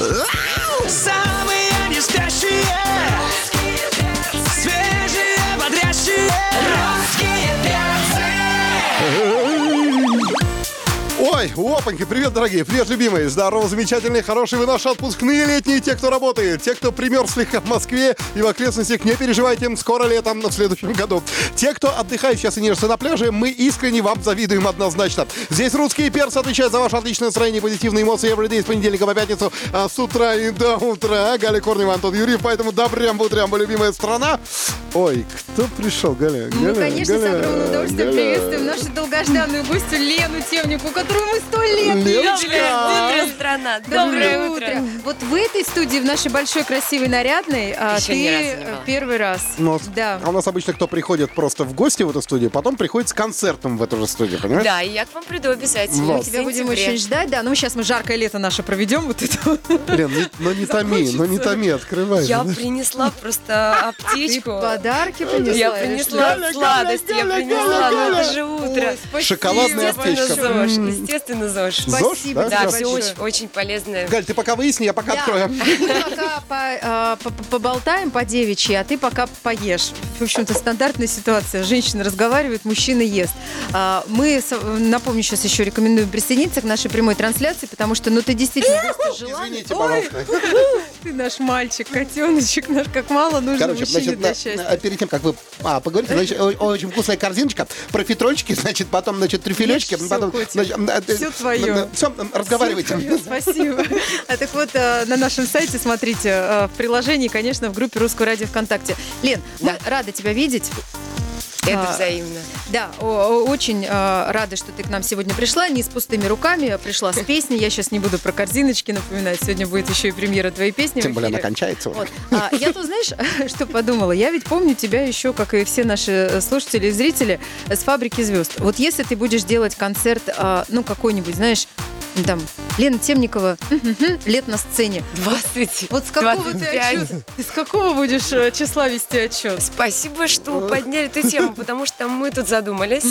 Самые не спящие, свежие, бодрящие русские перцы. Ой, опаньки, привет, дорогие, привет, любимые, здорово, замечательные, хорошие вы наши отпускные летние, те, кто работает, те, кто примерз слегка в Москве и в окрестностях, не переживайте, скоро летом в следующем году. Те, кто отдыхает сейчас и нежится на пляже, мы искренне вам завидуем однозначно. Здесь русские перцы отвечают за ваше отличное настроение, позитивные эмоции everyday с понедельника по пятницу, с утра и до утра. Галя Корнева, Антон Юрьев, поэтому добрям-бутрям, любимая страна. Ой, кто пришел, Галя? Мы, конечно, с огромным удовольствием приветствуем нашу долгожданную гостью Лену Темнику, которую мы 100 лет Леночка! Доброе утро, страна. Доброе утро. Вот в этой студии, в нашей большой, красивой, нарядной, Еще ни разу не ты была. первый раз. Да. А у нас обычно кто приходит просто в гости в эту студию, потом приходит с концертом в эту же студию, понимаешь? Да, и я к вам приду обязательно. Вот. в Тебя будем сентябре. очень ждать, да. Ну, сейчас мы жаркое лето наше проведем, вот это вот. Лен, не томи, открывай. Я принесла просто Ты аптечку. подарки принесла? Я или принесла Галя, сладости, я Галя, принесла, Галя, но Галя. это же утро. Ой, спасибо. Шоколадная Естественно, аптечка. ЗОЖ. Естественно, ЗОЖ. ЗОЖ, Спасибо да? Да, тебе все большое. очень полезное. Галь, ты пока выясни, я пока Да. открою. Мы пока поболтаем по девичьи, а ты пока поешь. В общем-то, стандартная ситуация. Женщина разговаривает, мужчина ест. Напомню, сейчас еще рекомендуем присоединиться к нашей прямой трансляции, потому что, ты действительно гость желанный. Извините, Ой, пожалуйста. ты наш мальчик, котеночек наш, как мало нужно Короче, мужчине значит, для счастья. перед тем, как вы поговорите, значит, очень вкусная корзиночка, профитрольчики, значит, потом, значит, трюфелечки, Ешь всё, потом, котик. значит, Всё твоё. Все, разговаривайте. Спасибо. Так вот, на нашем сайте, смотрите, в приложении, конечно, в группе Русского радио ВКонтакте. Лен, мы рады тебя видеть. Это взаимно. Да, очень рада, что ты к нам сегодня пришла, не с пустыми руками, пришла с песней. Я сейчас не буду про корзиночки напоминать, сегодня будет еще и премьера твоей песни. Тем в более она эфире. кончается. Вот. Я тут, знаешь, что подумала? Я ведь помню тебя еще, как и все наши слушатели и зрители, с «Фабрики звезд». Вот если ты будешь делать концерт, какой-нибудь, знаешь, там, Лена Темникова, лет на сцене. 20. Вот с какого ты 25. отчет? Ты с какого будешь числа вести отчет? Спасибо, что подняли эту тему, потому что мы тут задумались.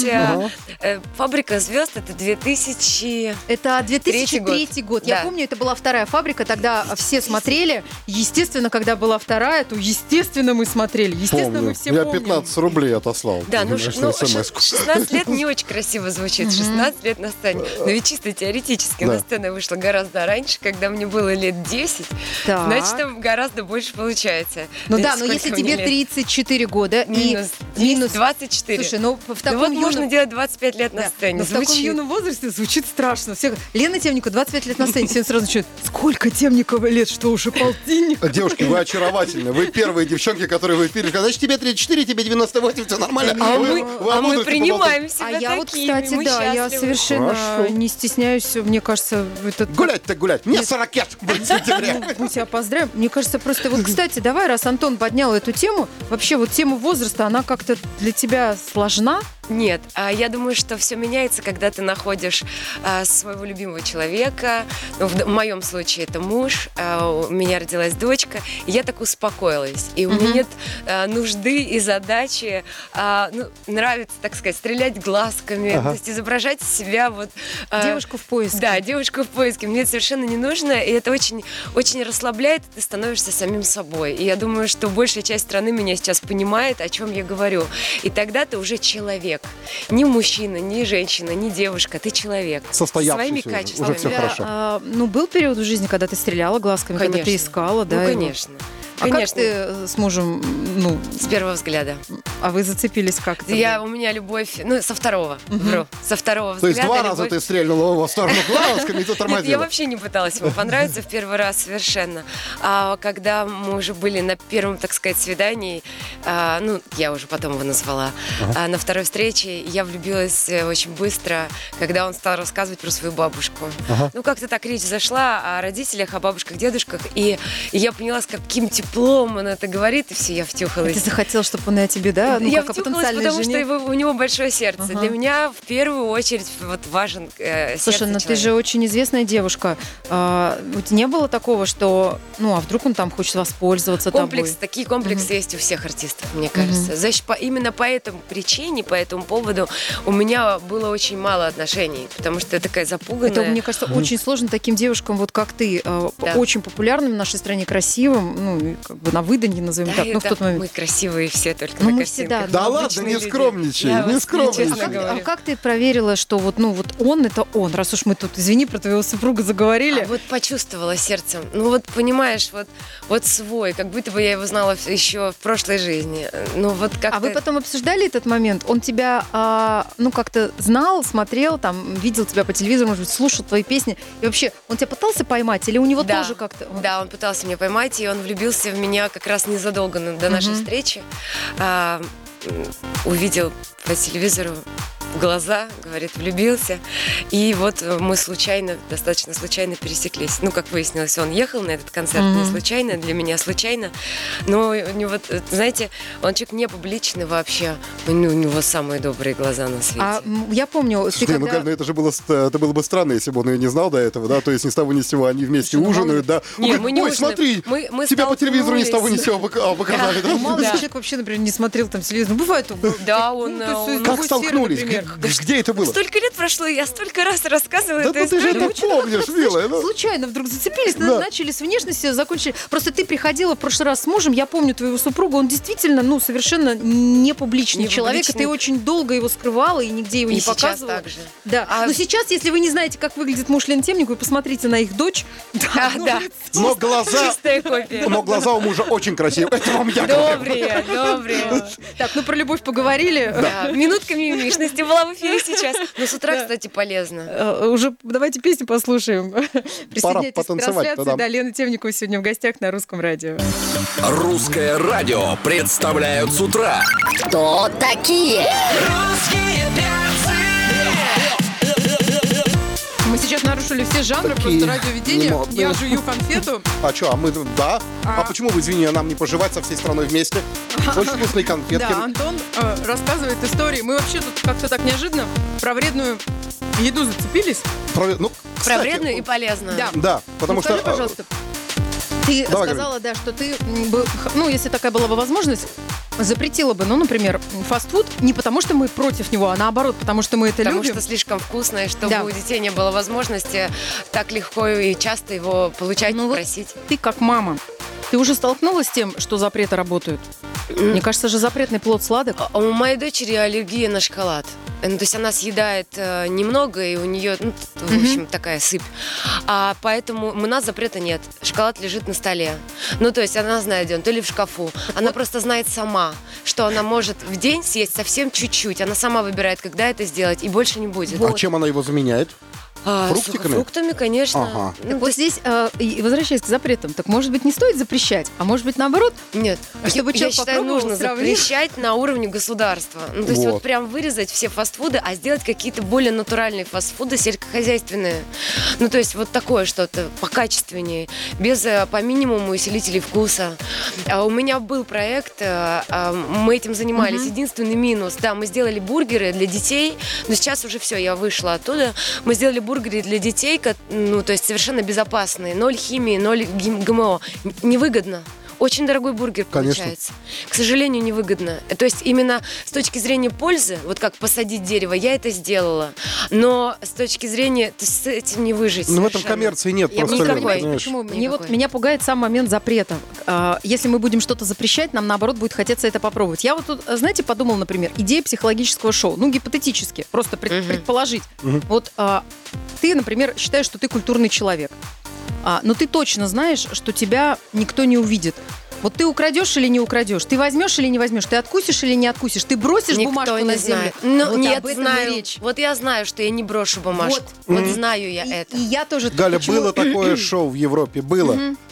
«Фабрика звезд» — это 2000... Это 2003 год. Я Да. помню, это была вторая «Фабрика», тогда все смотрели. Естественно, когда была вторая, то, естественно, мы смотрели. Естественно, мы все Я помним. 15 рублей отослал. Да, понимаешь, на смс-ку. 16 лет не очень красиво звучит, 16 лет на сцене. Но ведь чисто теоретически Да. на сцену я вышла гораздо раньше, когда мне было лет 10, Так. значит, там гораздо больше получается. Ну То да, есть но если сколько тебе мне лет? 34 года Минус и 10, 24. Слушай, ну в Ну таком вот юном... можно делать 25 лет на Да, сцене. но в таком Звучит. юном возрасте звучит страшно. Все... Лена Темникова, 25 лет на сцене, все сразу начинают: сколько Темниковой лет, что уже полтинник? Девушки, вы очаровательны. Вы первые девчонки, которые в эфире сказали, значит, тебе 34, тебе 98, все нормально. А Вы мы обманываете, принимаем себя А я вот, такими, кстати, мы да, я счастливы. совершенно Хорошо. не стесняюсь, мне кажется, это... Гулять так гулять. Мне 40 лет будет в сентябре. Мы тебя поздравим. Мне кажется, просто вот, кстати, давай, раз Антон поднял эту тему, вообще вот тема возраста, она как-то для тебя сложна? Нет, я думаю, что все меняется, когда ты находишь своего любимого человека. Ну, в моем случае это муж, у меня родилась дочка, и я так успокоилась. И у меня нет нужды и задачи, нравится, так сказать, стрелять глазками, то есть изображать себя вот... Девушку в поиске. Да, девушку в поиске. Мне это совершенно не нужно, и это очень, очень расслабляет, и ты становишься самим собой. И я думаю, что большая часть страны меня сейчас понимает, о чем я говорю. И тогда ты уже человек. Не мужчина, не женщина, не девушка, ты человек. Состоявшийся Своими уже, качествами. уже всё У тебя, хорошо. был период в жизни, когда ты стреляла глазками, когда ты Конечно. искала, да? Ну, его? конечно. А как Конечно. ты с мужем, С первого взгляда. а вы зацепились как-то? У меня любовь, со второго, вру, со второго То есть взгляда. 2 раза любовь- ты стрельнула его в сторону глазками, и ты Нет, я тормозила. вообще не пыталась ему понравиться в первый раз совершенно. А когда мы уже были на первом, так сказать, свидании, я уже потом его назвала, на второй встрече я влюбилась очень быстро, когда он стал рассказывать про свою бабушку. Ну, как-то так речь зашла о родителях, о бабушках, дедушках, и я поняла, с каким теплом он это говорит, и все, я Ты втюхалась. захотел, чтобы он и о тебе, да, ну, Я как о втюхалась, потенциальной потому жене. что у него большое сердце. Ага. Для меня в первую очередь вот важен сердце Слушай, ну ты человека. же очень известная девушка. У тебя не было такого, что, ну, а вдруг он там хочет воспользоваться тобой? Такие комплексы есть у всех артистов, мне кажется. Значит, именно по этому причине, по этому поводу у меня было очень мало отношений, потому что я такая запуганная. Это, мне кажется, очень сложно таким девушкам, вот как ты, Да. очень популярным в нашей стране, красивым, ну, и как бы на выданье, назовем Да, так, ну, в это тот момент. мы красивые все только Ну, на мы все, картинках. да. Да Мы ладно, обычные не люди. скромничай, Я не вас скромничай. честно А говорю. как ты проверила, что вот, ну, вот он это он, раз уж мы тут, извини, про твоего супруга заговорили? А вот почувствовала сердцем. Ну вот понимаешь, вот свой, как будто бы я его знала еще в прошлой жизни. Ну вот как. А вы потом обсуждали этот момент? Он тебя, ну, как-то знал, смотрел, там, видел тебя по телевизору, может быть, слушал твои песни. И вообще, он тебя пытался поймать? Или у него Да. тоже как-то... Да, он пытался меня поймать, и он влюбился в меня как раз незадолго до нашей встречи. Увидел по телевизору в глаза, говорит, влюбился. И вот мы достаточно случайно пересеклись. Ну, как выяснилось, он ехал на этот концерт не случайно, для меня случайно. Но у него, знаете, он человек не публичный вообще. У него самые добрые глаза на свете. Я помню, ты Слушай, ну, когда... Галь, ну это было бы странно, если бы он ее не знал до этого, да, то есть ни с того ни с сего они вместе Слушай, ну, ужинают, да. Он Не, говорит, мы не ой, ужинаем. смотри, Мы тебя по телевизору ни с того ни с столкнулись. сего показали, да. Ну, мало ли Да. человек вообще, например, не смотрел там телевизор. Ну, бывает. Да, он... то есть, он- из Как другой сферы, столкнулись? например. Где это было? Столько лет прошло, и я столько раз рассказывала Да эту ну ты же историю. это помнишь, милая. ну. Случайно вдруг зацепились, Да. начали с внешности, закончили. Просто ты приходила в прошлый раз с мужем, я помню твоего супруга, он действительно, ну, совершенно не публичный Не человек, и публичный. ты очень долго его скрывала и нигде его И не сейчас показывала. так же. Да. А- Но сейчас, если вы не знаете, как выглядит муж Лены Темниковой, посмотрите на их дочь. Да. Но глаза, Чистая копия. но глаза у мужа очень красивые. Это вам я говорю. Добрые. Так, ну про любовь поговорили. Да, минутка мимишности была в эфире сейчас. Но с утра, кстати, полезно. Уже давайте песню послушаем. Присоединяйтесь к потанцевать трансляции. тогда. Да, Лена Темникова сегодня в гостях на Русском радио. Русское радио представляют с утра. Кто такие? Русские перцы. Мы сейчас нарушили все жанры, Такие просто радиоведение. немодные. Я жую конфету. А что, а мы, да? А почему вы, извини, нам не пожевать со всей страной вместе? Очень вкусные конфетки. Да, Антон рассказывает истории. Мы вообще тут как-то так неожиданно про вредную еду зацепились. Ну, Про кстати, вредную и полезную. Да. Да, потому Ну, что... скажи, пожалуйста, ты Давай, сказала, да, что ты, ну, если такая была бы возможность, запретила бы, ну, например, фастфуд не потому, что мы против него, а наоборот, потому что мы это Потому любим. что слишком вкусно, и чтобы Да. у детей не было возможности так легко и часто его получать, Ну вот просить. Ты как мама, ты уже столкнулась с тем, что запреты работают? Мне кажется же, запретный плод сладок. А у моей дочери аллергия на шоколад. Ну, то есть она съедает немного, и у нее, ну, в общем, такая сыпь. А поэтому у нас запрета нет. Шоколад лежит на столе. Ну, то есть она знает, где он, то ли в шкафу. Она просто знает сама, что она может в день съесть совсем чуть-чуть. Она сама выбирает, когда это сделать, и больше не будет. А чем она его заменяет? Фруктиками? Фруктами, конечно. Ага. Ну, Так то вот есть- здесь, и возвращаясь к запретам, так может быть не стоит запрещать, а может быть наоборот? Нет, Чтобы я человек считаю, попробовал, нужно сравнил. запрещать на уровне государства. Ну, то есть Вот. вот прям вырезать все фастфуды, а сделать какие-то более натуральные фастфуды, сельскохозяйственные. Ну, то есть вот такое что-то покачественнее, без по минимуму усилителей вкуса. У меня был проект, мы этим занимались. Единственный минус, да, мы сделали бургеры для детей, но сейчас уже все, я вышла оттуда. Мы сделали бургеры для детей, ну, то есть совершенно безопасные, 0 химии, 0 ГМО. Невыгодно. Очень дорогой бургер Конечно. получается. К сожалению, невыгодно. То есть именно с точки зрения пользы, вот как посадить дерево, я это сделала. Но с точки зрения, то есть с этим не выжить. Ну, в этом совершенно. коммерции нет, Я просто, не Лен, понимаю, понимаешь? почему. Мне Никакой. вот меня пугает сам момент запрета. Если мы будем что-то запрещать, нам наоборот будет хотеться это попробовать. Я вот тут, знаете, подумала, например, идея психологического шоу. Ну, гипотетически, просто предположить. Вот ты, например, считаешь, что ты культурный человек. Но ты точно знаешь, что тебя никто не увидит. Вот ты украдешь или не украдешь? Ты возьмешь или не возьмешь? Ты откусишь или не откусишь? Ты бросишь Никто бумажку не на землю? знает. Ну, Вот нет, об этом и знаю. речь. Вот я знаю, что я не брошу бумажку. Вот. Вот знаю я это. И я тоже... Галя, почему- было такое шоу в Европе, было.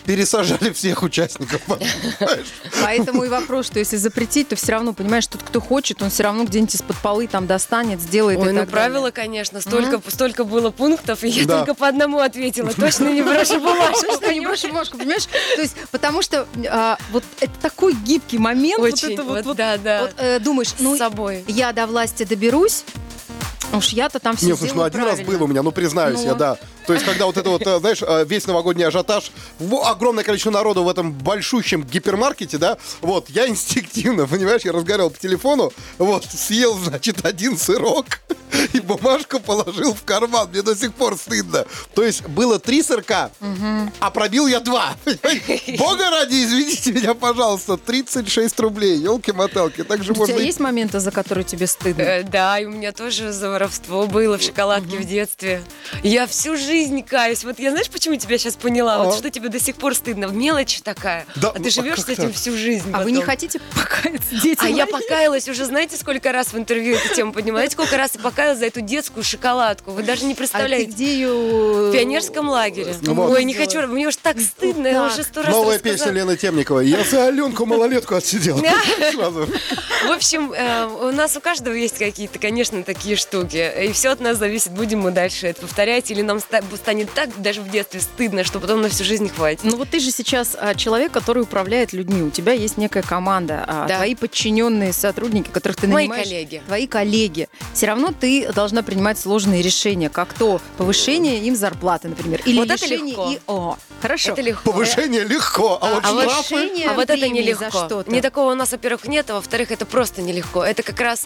пересажали всех участников. Понимаешь? Поэтому и вопрос, что если запретить, то все равно, понимаешь, тот, кто хочет, он все равно где-нибудь из-под полы там достанет, сделает и Ой, так ну далее. правила, конечно, столько было пунктов, и я Да. только по одному ответила. Точно не брошу бумажку. Точно не брошу бумажку, понимаешь? То есть, потому что вот это такой гибкий момент. Очень, вот это вот, да. думаешь, ну, С собой. я до власти доберусь, уж я-то там все Не, слушай, ну один раз был у меня, ну признаюсь Ну. я, да. То есть, когда вот это вот, знаешь, весь новогодний ажиотаж, огромное количество народу в этом большущем гипермаркете, да, вот, я инстинктивно, понимаешь, я разговаривал по телефону, вот, съел, значит, один сырок и бумажку положил в карман. Мне до сих пор стыдно. То есть, было 3 сырка, а пробил я 2. Бога ради, извините меня, пожалуйста, 36 рублей, елки-моталки. Так же У можно... тебя есть моменты, за которые тебе стыдно? Да, и у меня тоже за воровство было в шоколадке в детстве. Я всю жизнь каюсь. Вот я знаешь, почему тебя сейчас поняла? Вот что тебе до сих пор стыдно. Мелочь такая. Да, А ну, ты а живешь как с этим так? всю жизнь. А вы не потом. хотите покаяться, дети А я мои? покаялась уже, знаете, сколько раз в интервью эту тему поднимала? Знаете, сколько раз я покаялась за эту детскую шоколадку? Вы даже не А ты представляете. где ее... В пионерском лагере. Ну вот. Ой, не хочу, мне уж так стыдно, я уже 100 раз Новая рассказала. песня Лены Темниковой. Я за Аленку малолетку отсидел. Сразу. В общем, у нас у каждого есть какие-то, конечно, такие штуки. И все от нас зависит, будем мы дальше это повторять, или нам станет так даже в детстве стыдно, что потом на всю жизнь хватит. Ну вот ты же сейчас человек, который управляет людьми. У тебя есть некая команда, Да. твои подчиненные сотрудники, которых ты Мои нанимаешь. коллеги. Твои коллеги. Все равно ты должна принимать сложные решения, как то повышение им зарплаты, например, или Вот это лишение легко. Хорошо. Это легко. Повышение легко, а вот А вот штрафы... Лишение А вот это премии нелегко. за что-то. Не такого у нас, во-первых, нет, а во-вторых, это просто нелегко. Это как раз,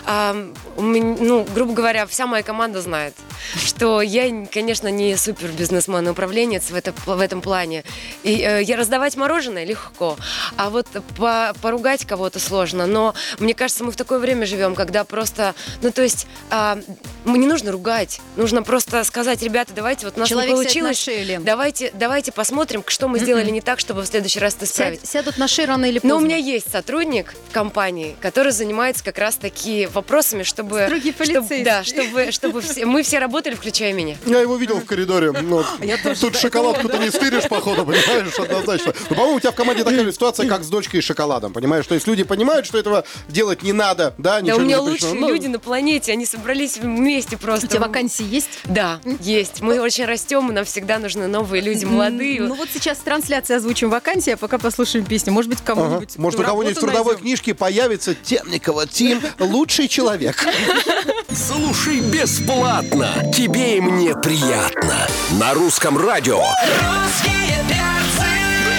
ну, грубо говоря, вся моя команда знает, что я, конечно, не супер бизнесмен и управленец в этом плане. И я раздавать мороженое легко, а вот поругать кого-то сложно. Но мне кажется, мы в такое время живем, когда просто, ну, то есть, не нужно ругать, нужно просто сказать, ребята, давайте, вот у нас Человек не сядет на получилось, шею, Лен. давайте посмотрим, что мы сделали не так, чтобы в следующий раз это исправить. Сядут на шею рано или поздно. Но у меня есть сотрудник в компании, который занимается как раз таки вопросами, чтобы... Строгий полицейский. Да, чтобы мы все работали, включая меня. Я его видел в коридоре. Ну, тут шоколадку ты не стыришь, походу, понимаешь, однозначно. Ну, по-моему, у тебя в команде такая же ситуация, как с дочкой и шоколадом, понимаешь? То есть люди понимают, что этого делать не надо, да, Да, ничего у не меня запрещено. лучшие Ну, люди на планете, они собрались вместе просто. У тебя вакансии есть? Да, есть. Мы очень растем, и нам всегда нужны новые люди, молодые. Ну вот сейчас в трансляции озвучим вакансии, а пока послушаем песню. Может быть, ага. кому-нибудь Может, у кого-нибудь в работу трудовой найдем. книжке появится Темникова Тим лучший человек. Слушай бесплатно. Тебе и мне приятно. На русском радио. Русские перцы.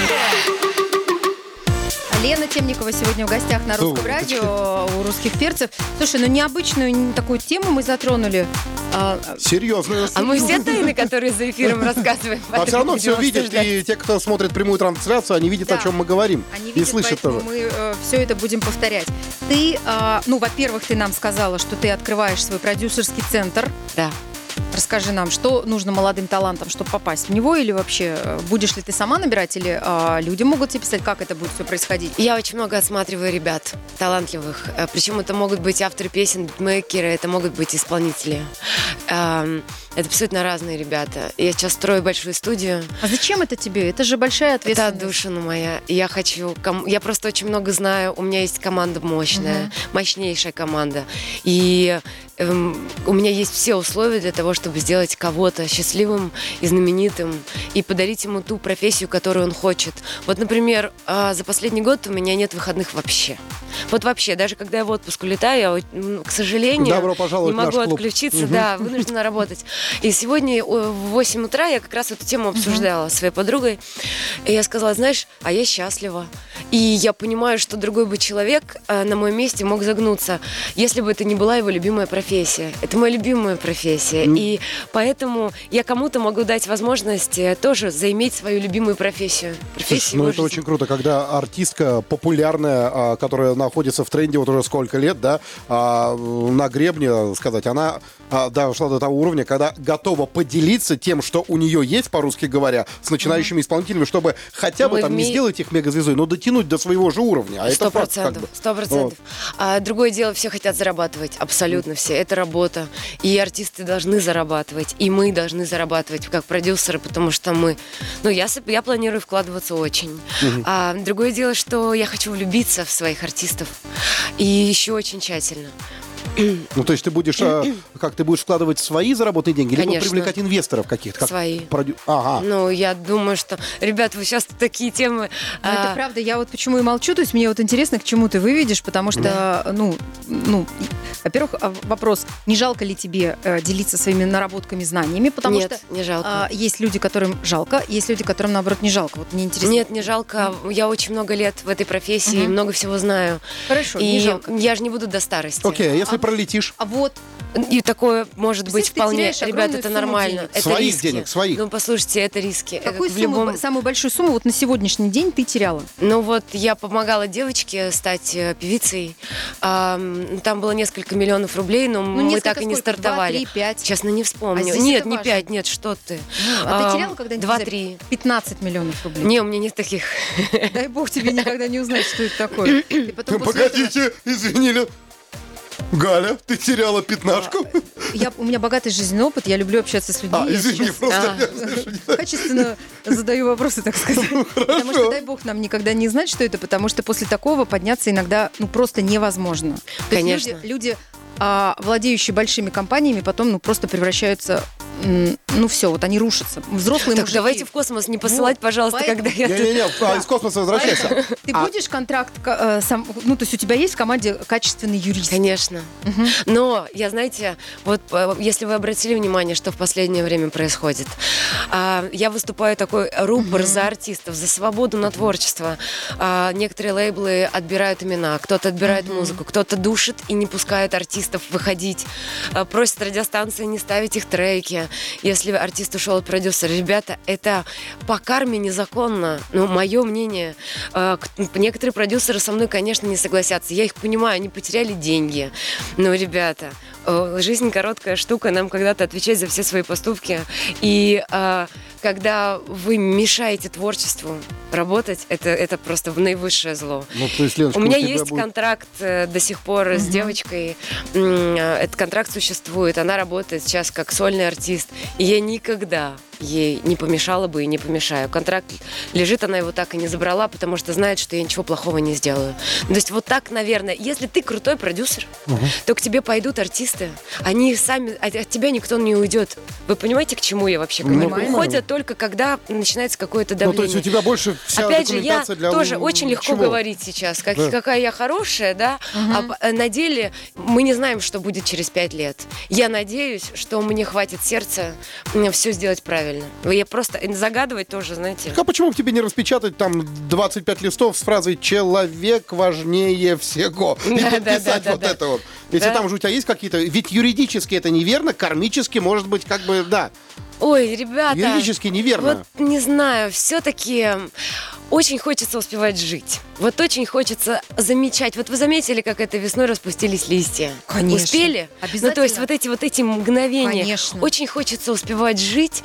Лена Темникова сегодня в гостях на Русском радио у русских перцев. Слушай, ну необычную такую тему мы затронули. Серьезно. А мы все тайны, которые за эфиром рассказываем. А все равно будем все видят, обсуждать. и те, кто смотрит прямую трансляцию, они видят, Да. о чем мы говорим. Они И видят, слышат поэтому тоже. мы все это будем повторять. Ты, ну, во-первых, ты нам сказала, что ты открываешь свой продюсерский центр. Да. Расскажи нам, что нужно молодым талантам, чтобы попасть в него, или вообще будешь ли ты сама набирать, или люди могут тебе писать, как это будет все происходить? Я очень много отсматриваю ребят талантливых. Причем это могут быть авторы песен, битмейкеры, это могут быть исполнители. Это абсолютно разные ребята. Я сейчас строю большую студию. А зачем это тебе? Это же большая Это ответственность. отдушина моя. Я хочу... Я просто очень много знаю. У меня есть команда мощная, мощнейшая команда. И у меня есть все условия для того, чтобы сделать кого-то счастливым и знаменитым и подарить ему ту профессию, которую он хочет. Вот, например, за последний год у меня нет выходных вообще. Вот вообще, даже когда я в отпуск улетаю, я, к сожалению, Добро пожаловать не в могу наш клуб. отключиться, да, вынуждена работать. И сегодня в 8 утра я как раз эту тему обсуждала со своей подругой. И я сказала, знаешь, а я счастлива. И я понимаю, что другой бы человек на моем месте мог загнуться, если бы это не была его любимая профессия. Это моя любимая профессия. И поэтому я кому-то могу дать возможность тоже заиметь свою любимую профессию. Слушай, ну это очень круто, когда артистка популярная, которая находится в тренде вот уже сколько лет, да, на гребне, сказать, она дошла до того уровня, когда готова поделиться тем, что у нее есть, по-русски говоря, с начинающими исполнителями, чтобы хотя бы Мы там не вме- сделать их мегазвездой, но дотянуть дотянуть до своего же уровня. А это факт, как бы. 100%. Вот. А другое дело, все хотят зарабатывать, абсолютно все. Это работа. И артисты должны зарабатывать, и мы должны зарабатывать как продюсеры, потому что я планирую вкладываться очень. А другое дело, что я хочу влюбиться в своих артистов. И еще очень тщательно. Ну, то есть ты будешь, как ты будешь вкладывать свои заработанные деньги, либо Конечно. привлекать инвесторов каких-то? Как Свои. Ага. Ну, я думаю, что... Ребята, вы сейчас такие темы... Ну, это правда, я вот почему и молчу, то есть мне вот интересно, к чему ты выведешь, потому что, во-первых, вопрос, не жалко ли тебе делиться своими наработками, знаниями, потому Нет, что не жалко. есть люди, которым жалко, есть люди, которым, наоборот, не жалко. Вот мне интересно. Нет, не жалко. Я очень много лет в этой профессии, много всего знаю. Хорошо, И не жалко. я же не буду до старости. Окей, а если пролетишь? А вот, И такое может быть Представь, ты вполне. теряешь Ребят, огромную это сумму нормально. денег. Это Своих риски. денег, своих. Ну, послушайте, это риски. какую В любом... самую большую сумму вот на сегодняшний день ты теряла? Ну вот, я помогала девочке стать певицей. Там было несколько миллионов рублей, но мы несколько так и не сколько? стартовали. 2, 3, 5? Честно, не вспомню. здесь Нет, это не важно. 5, нет, что ты. А ты теряла когда-нибудь 2-3. 15 миллионов рублей? Не, у меня нет таких. Дай бог тебе никогда не узнать, что это такое. И потом после этого- Погодите, извинили. Галя, ты теряла пятнашку? У меня богатый жизненный опыт, я люблю общаться с людьми. я Извини, сейчас просто... качественно задаю вопросы, так сказать. Потому что, дай бог, нам никогда не знать, что это, потому что после такого подняться иногда просто невозможно. То есть Конечно. люди, владеющие большими компаниями, потом просто превращаются... все, вот они рушатся. Взрослые Так, мужики. давайте в космос не посылать, Вот, пожалуйста, поэтому- когда я... Не-не-не, из космоса возвращайся. Ты будешь контракт сам... то есть у тебя есть в команде качественный юрист? Конечно. Но, знаете, вот если вы обратили внимание, что в последнее время происходит, я выступаю такой рупор за артистов, за свободу на творчество. Некоторые лейблы отбирают имена, кто-то отбирает музыку, кто-то душит и не пускает артистов выходить, просит радиостанции не ставить их треки, если артист ушел от продюсера. Ребята, это по карме незаконно. Мое мнение. Некоторые продюсеры со мной, конечно, не согласятся. Я их понимаю, они потеряли деньги. Но, ребята, жизнь короткая штука, нам когда-то отвечать за все свои поступки. И когда вы мешаете творчеству работать, это просто наивысшее зло. То есть, Леночка, У меня тебя есть будет- контракт до сих пор с девочкой. Этот контракт существует. Она работает сейчас как сольный артист. И я никогда ей не помешала бы и не помешаю. Контракт лежит, она его так и не забрала, потому что знает, что я ничего плохого не сделаю. То есть вот так, наверное, если ты крутой продюсер, то к тебе пойдут артисты. Они сами, от тебя никто не уйдет. Вы понимаете, к чему я вообще говорю? понимаю. Уходят только когда начинается какое-то давление. то есть у тебя больше вся Опять же, я документация для... тоже очень легко чего? говорить сейчас, Да. какая я хорошая, да, а на деле мы не знаем, что будет через 5 лет. Я надеюсь, что мне хватит сердца все сделать правильно. Я просто загадывать тоже, знаете. А почему бы тебе не распечатать там 25 листов с фразой «человек важнее всего» и Да, подписать да, вот да. это вот? Если Да. там же у тебя есть какие-то... Ведь юридически это неверно, кармически может быть как бы, да. Ой, ребята. Юридически неверно. Вот не знаю, все-таки очень хочется успевать жить. Вот очень хочется замечать. Вот вы заметили, как это весной распустились листья? Конечно. Успели? Обязательно. Ну, то есть вот эти мгновения. Конечно. Очень хочется успевать жить,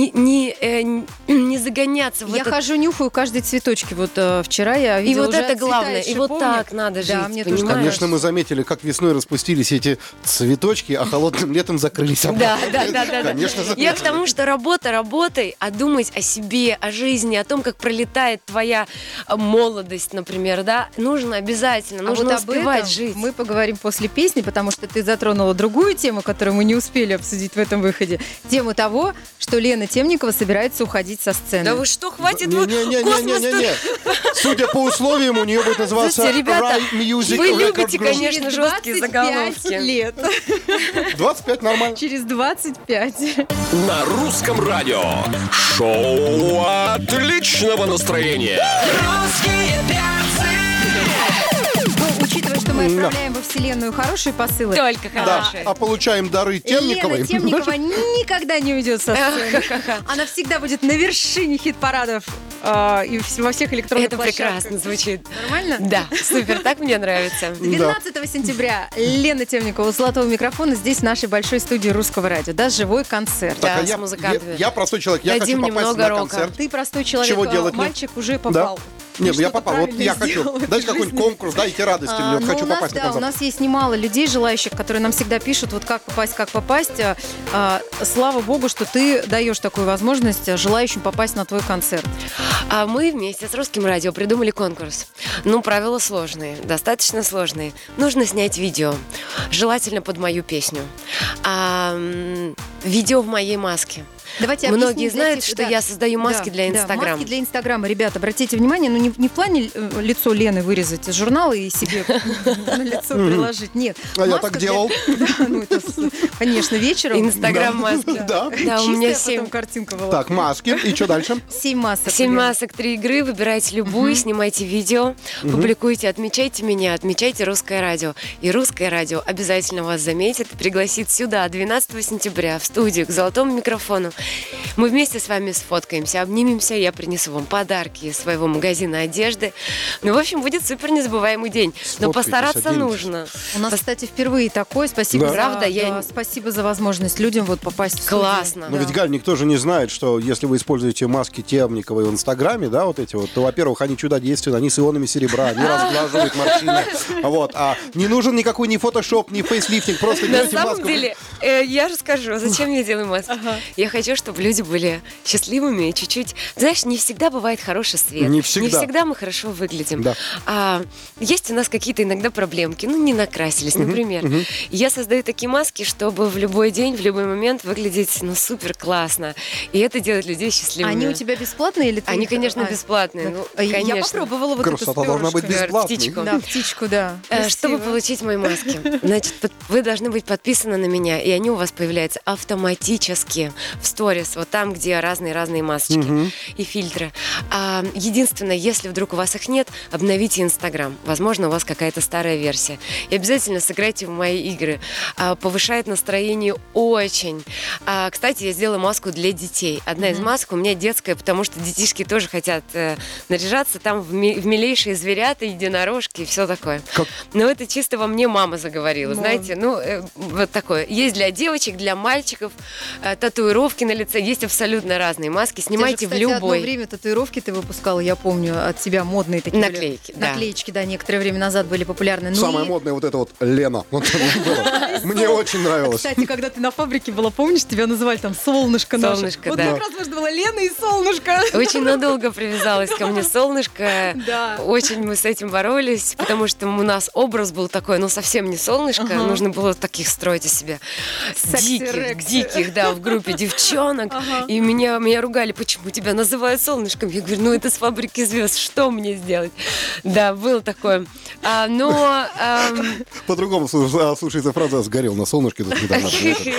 не загоняться в Я этот... хожу, нюхаю каждые цветочки. Вот вчера я И видела вот уже это отцветает главное. И вот шиповник. так надо жить, Да, мне тоже понимаешь? Конечно, мы заметили, как весной распустились эти цветочки, а холодным летом закрылись Да, обратно. да. Конечно, Я заметили. к тому, что работа работой, а думать о себе, о жизни, о том, как пролетает твоя молодость, например, да, нужно обязательно, А нужно вот об успевать этом жить. мы поговорим после песни, потому что ты затронула другую тему, которую мы не успели обсудить в этом выходе. Тему того, что Лена Темникова собирается уходить со сцены. Да вы что, хватит вы космос тут? Не-не-не. Судя по условиям, у нее будет называться Слушайте, ребята, Rai Music вы Record любите, Group. конечно, Через жесткие 25 заголовки. лет. 25 нормально. Через 25. На русском радио. Шоу отличного настроения. Русские перцы. Ну, учитывая, что мы отправляем во Вселенную хорошие посылы, Только Да, хорошие. а получаем дары Темниковой. Лена Темникова никогда не уйдет со сцены. Она всегда будет на вершине хит-парадов и во всех электронных Это площадках. прекрасно звучит. Нормально? Да, супер, так мне нравится. 12 сентября Лена Темникова у золотого микрофона здесь в нашей большой студии Русского радио. Да, живой концерт. Да, а с музыкантами. я простой человек, я Дадим хочу попасть немного на рока. концерт. Ты простой человек, Чего делать мне? мальчик уже попал Не, Ты я что-то попал. Вот правильно я хочу. сделал в Дайте этой какой-нибудь жизни. конкурс, дайте радости мне. Вот Но хочу у нас, попасть на да, у концерт. нас есть немало людей, желающих, которые нам всегда пишут, вот как попасть. Слава богу, что ты даешь такую возможность желающим попасть на твой концерт. А мы вместе с Русским радио придумали конкурс. Ну, правила сложные, достаточно сложные. Нужно снять видео, желательно под мою песню. Видео в моей маске. Давайте Многие объясним для знают, тех, что я создаю маски для Инстаграма. маски для Инстаграма. Ребята, обратите внимание, ну не в плане лицо Лены вырезать из журнала и себе на лицо приложить. Нет. А я Маска так для- делал. Да, ну это, конечно, вечером. Инстаграм-маски. Да. Да, у меня Чистая 7 потом картинка была. Так, маски. И что дальше? 7 масок. 7 Лена. масок, 3 игры. Выбирайте любую, снимайте видео, публикуйте, отмечайте меня, отмечайте Русское радио. И Русское радио обязательно вас заметит и пригласит сюда 12 сентября в студию к золотому микрофону. Мы вместе с вами сфоткаемся, обнимемся, я принесу вам подарки из своего магазина одежды. Ну, в общем, будет супер незабываемый день. Но Сфоткайтесь, постараться оденетесь. нужно. У нас, кстати, впервые такое. Спасибо Да. за, Правда? Я- да, спасибо за возможность людям вот попасть в студию. Классно. Но Да. ведь, Галь, никто же не знает, что если вы используете маски Темниковой в Инстаграме, да, вот эти вот, то, во-первых, они чудодейственны, они с ионами серебра, они разглаживают морщины. Вот. А не нужен никакой ни фотошоп, ни фейслифтинг, просто На берете самом маску. деле, я расскажу, зачем я делаю маски. Я хочу, чтобы люди были счастливыми и чуть-чуть... Знаешь, не всегда бывает хороший свет. Не всегда. мы хорошо выглядим. Да. Есть у нас какие-то иногда проблемки. Ну, не накрасились, например. И я создаю такие маски, чтобы в любой день, в любой момент выглядеть, ну, супер классно. И это делает людей счастливыми. Они у тебя бесплатные или ты Они, их- конечно, а, бесплатные. Ну, Я конечно. попробовала вот Красота эту с должна быть перышками. бесплатной. птичку. Да, птичку, да. Чтобы Красиво. получить мои маски, значит, вы должны быть подписаны на меня, и они у вас появляются автоматически в сторис, вот там, где разные масочки и фильтры. Единственное, если вдруг у вас их нет, обновите Инстаграм. Возможно, у вас какая-то старая версия. И обязательно сыграйте в мои игры. Повышает настроение очень. Кстати, я сделала маску для детей. Одна из масок у меня детская, потому что детишки тоже хотят наряжаться. Там в милейшие зверята, единорожки и все такое. Как? Но это чисто во мне мама заговорила. Ну. Знаете, вот такое. Есть для девочек, для мальчиков, татуировки на лице. Есть абсолютно разные маски. У тебя же, Снимайте в кстати, одно любой. время татуировки ты выпускала, я помню, от тебя модные такие были. Наклейки, да. Наклеечки, да, некоторое время назад были популярны. Ну Самое и- модное вот это вот Лена. Вот это было. Мне очень нравилось. Кстати, когда ты на фабрике была, помнишь, тебя называли там солнышко наше? Солнышко, Вот да. как раз можно было Лена и солнышко. Очень надолго привязалась ко мне солнышко. Да. Очень мы с этим боролись, потому что у нас образ был такой, ну, совсем не солнышко. Нужно было таких строить из себя Секси-рекси. диких, да, в группе девчонок. И меня ругали, почему тебя называют солнышком. Я говорю, ну, это с фабрики звезд, что мне сделать? Да, было такое. Но... По-другому слушается фраза «сгорел на солнышке». Тут недавно.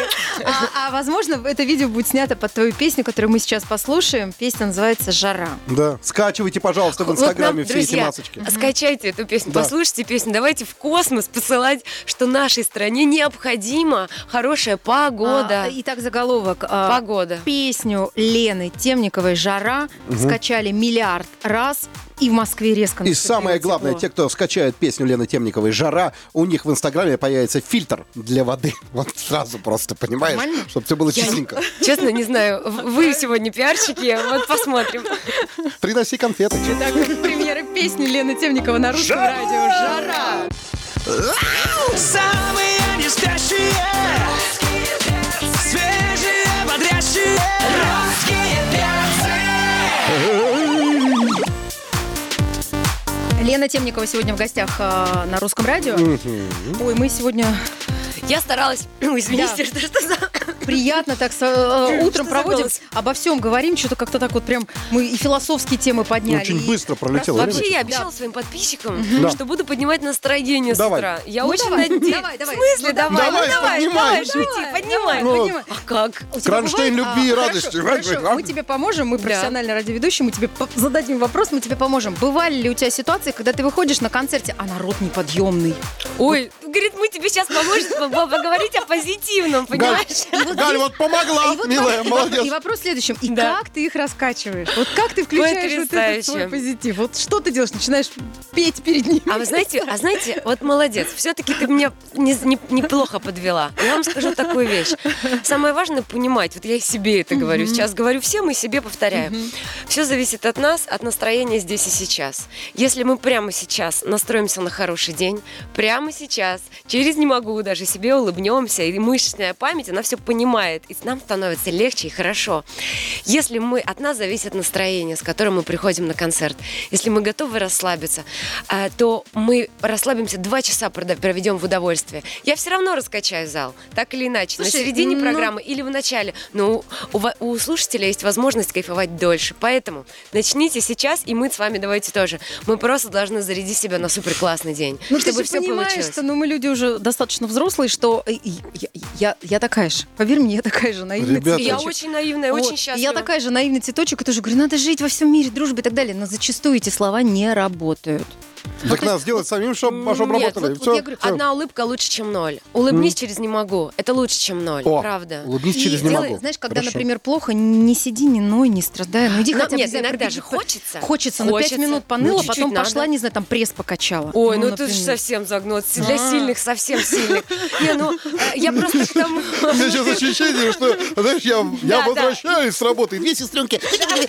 Возможно, это видео будет снято под твою песню, которую мы сейчас послушаем. Песня называется «Жара». Да. Скачивайте, пожалуйста, в Вот нам, Инстаграме все эти друзья, масочки. скачайте эту песню, Да. послушайте песню. Давайте в космос посылать, что нашей стране необходима хорошая погода. Итак, заголовок. Погода. Песню Лены Темниковой «Жара» скачали миллиард раз, и в Москве резко И наступило самое главное, тепло. те, кто скачает песню Лены Темниковой «Жара», у них в Инстаграме появится фильтр для воды. Вот сразу просто, понимаешь? Нормально? Чтобы все было чистенько. Честно, не знаю, вы сегодня пиарщики, вот посмотрим. Приноси конфеты. Итак, премьера песни Лены Темниковой на русском радио «Жара». Самые не спящие, свежие, бодрящие русские перцы. Лена Темникова сегодня в гостях на русском радио. Ой, мы сегодня Я старалась. Ой, извините, Да. что за... приятно так утром за проводим, голос? обо всем говорим, что-то как-то так вот прям мы и философские темы подняли. Очень и быстро пролетело просто- время. Вообще, я обещала своим подписчикам, Да. что буду поднимать настроение с Давай. утра. Я Ну, очень давай, надеюсь. давай. В смысле, давай, давай, поднимай. давай, шути, поднимай. Ну, поднимай. А как? У тебя Кронштейн бывает- любви и хорошо, радости. Хорошо, мы тебе поможем, мы профессиональные радиоведущие, мы тебе зададим вопрос, мы тебе поможем. Бывали ли у тебя ситуации, когда ты выходишь на концерте, а народ неподъемный? Ой, говорит, мы тебе сейчас поможем поговорить о позитивном, понимаешь? Галь, вот помогла, милая, молодец. И вопрос в следующем. И Да. как ты их раскачиваешь? Вот как ты включаешь вот этот свой Потрясающе. позитив? Вот что ты делаешь? Начинаешь петь перед ними? А вы знаете, вот молодец. Все-таки ты меня неплохо подвела. Я вам скажу такую вещь. Самое важное понимать, вот я и себе это говорю. Сейчас говорю всем и себе повторяю. Все зависит от нас, от настроения здесь и сейчас. Если мы прямо сейчас настроимся на хороший день, прямо сейчас, через «не могу» даже себе улыбнемся, и мышечная память, она все понимает, и нам становится легче и хорошо. Если от нас зависит настроение, с которым мы приходим на концерт, если мы готовы расслабиться, то мы расслабимся 2 часа, проведем в удовольствии. Я все равно раскачаю зал, так или иначе, Слушай, на середине ну- программы или в начале. Но у слушателя есть возможность кайфовать дольше. Поэтому начните сейчас, и мы с вами давайте тоже. Мы просто должны зарядить себя на супер классный день, Ну, ты чтобы же все понимаешь, получилось. что мы люди уже достаточно взрослые, что я такая же. Поверь мне, я такая же наивная Ребята, Я цветочек. очень наивная, Вот. очень И счастлива. я такая же наивный цветочек, и тоже говорю, надо жить во всем мире, дружбе и так далее. Но зачастую эти слова не работают. Так надо сделать самим, чтобы Нет, работали. вот Всё, я говорю, всё. Одна улыбка лучше, чем 0. Улыбнись через «не могу». Это лучше, чем 0. О, Правда. улыбнись И через «не делай, могу». знаешь, когда, Хорошо. например, плохо, не сиди, не ной, не страдай. Ну иди Но хотя бы, нет, не знаю, иногда пробеги же по- хочется. Хочется, на 5 Хочется. минут поныла, Ну, чуть-чуть потом надо. пошла, не знаю, там пресс покачала. Ой, ну ты же например. совсем загнут. Для сильных, совсем сильных. Не, ну, я просто к тому... У меня сейчас ощущение, что, знаешь, я Да, возвращаюсь с работы, 2 сестренки.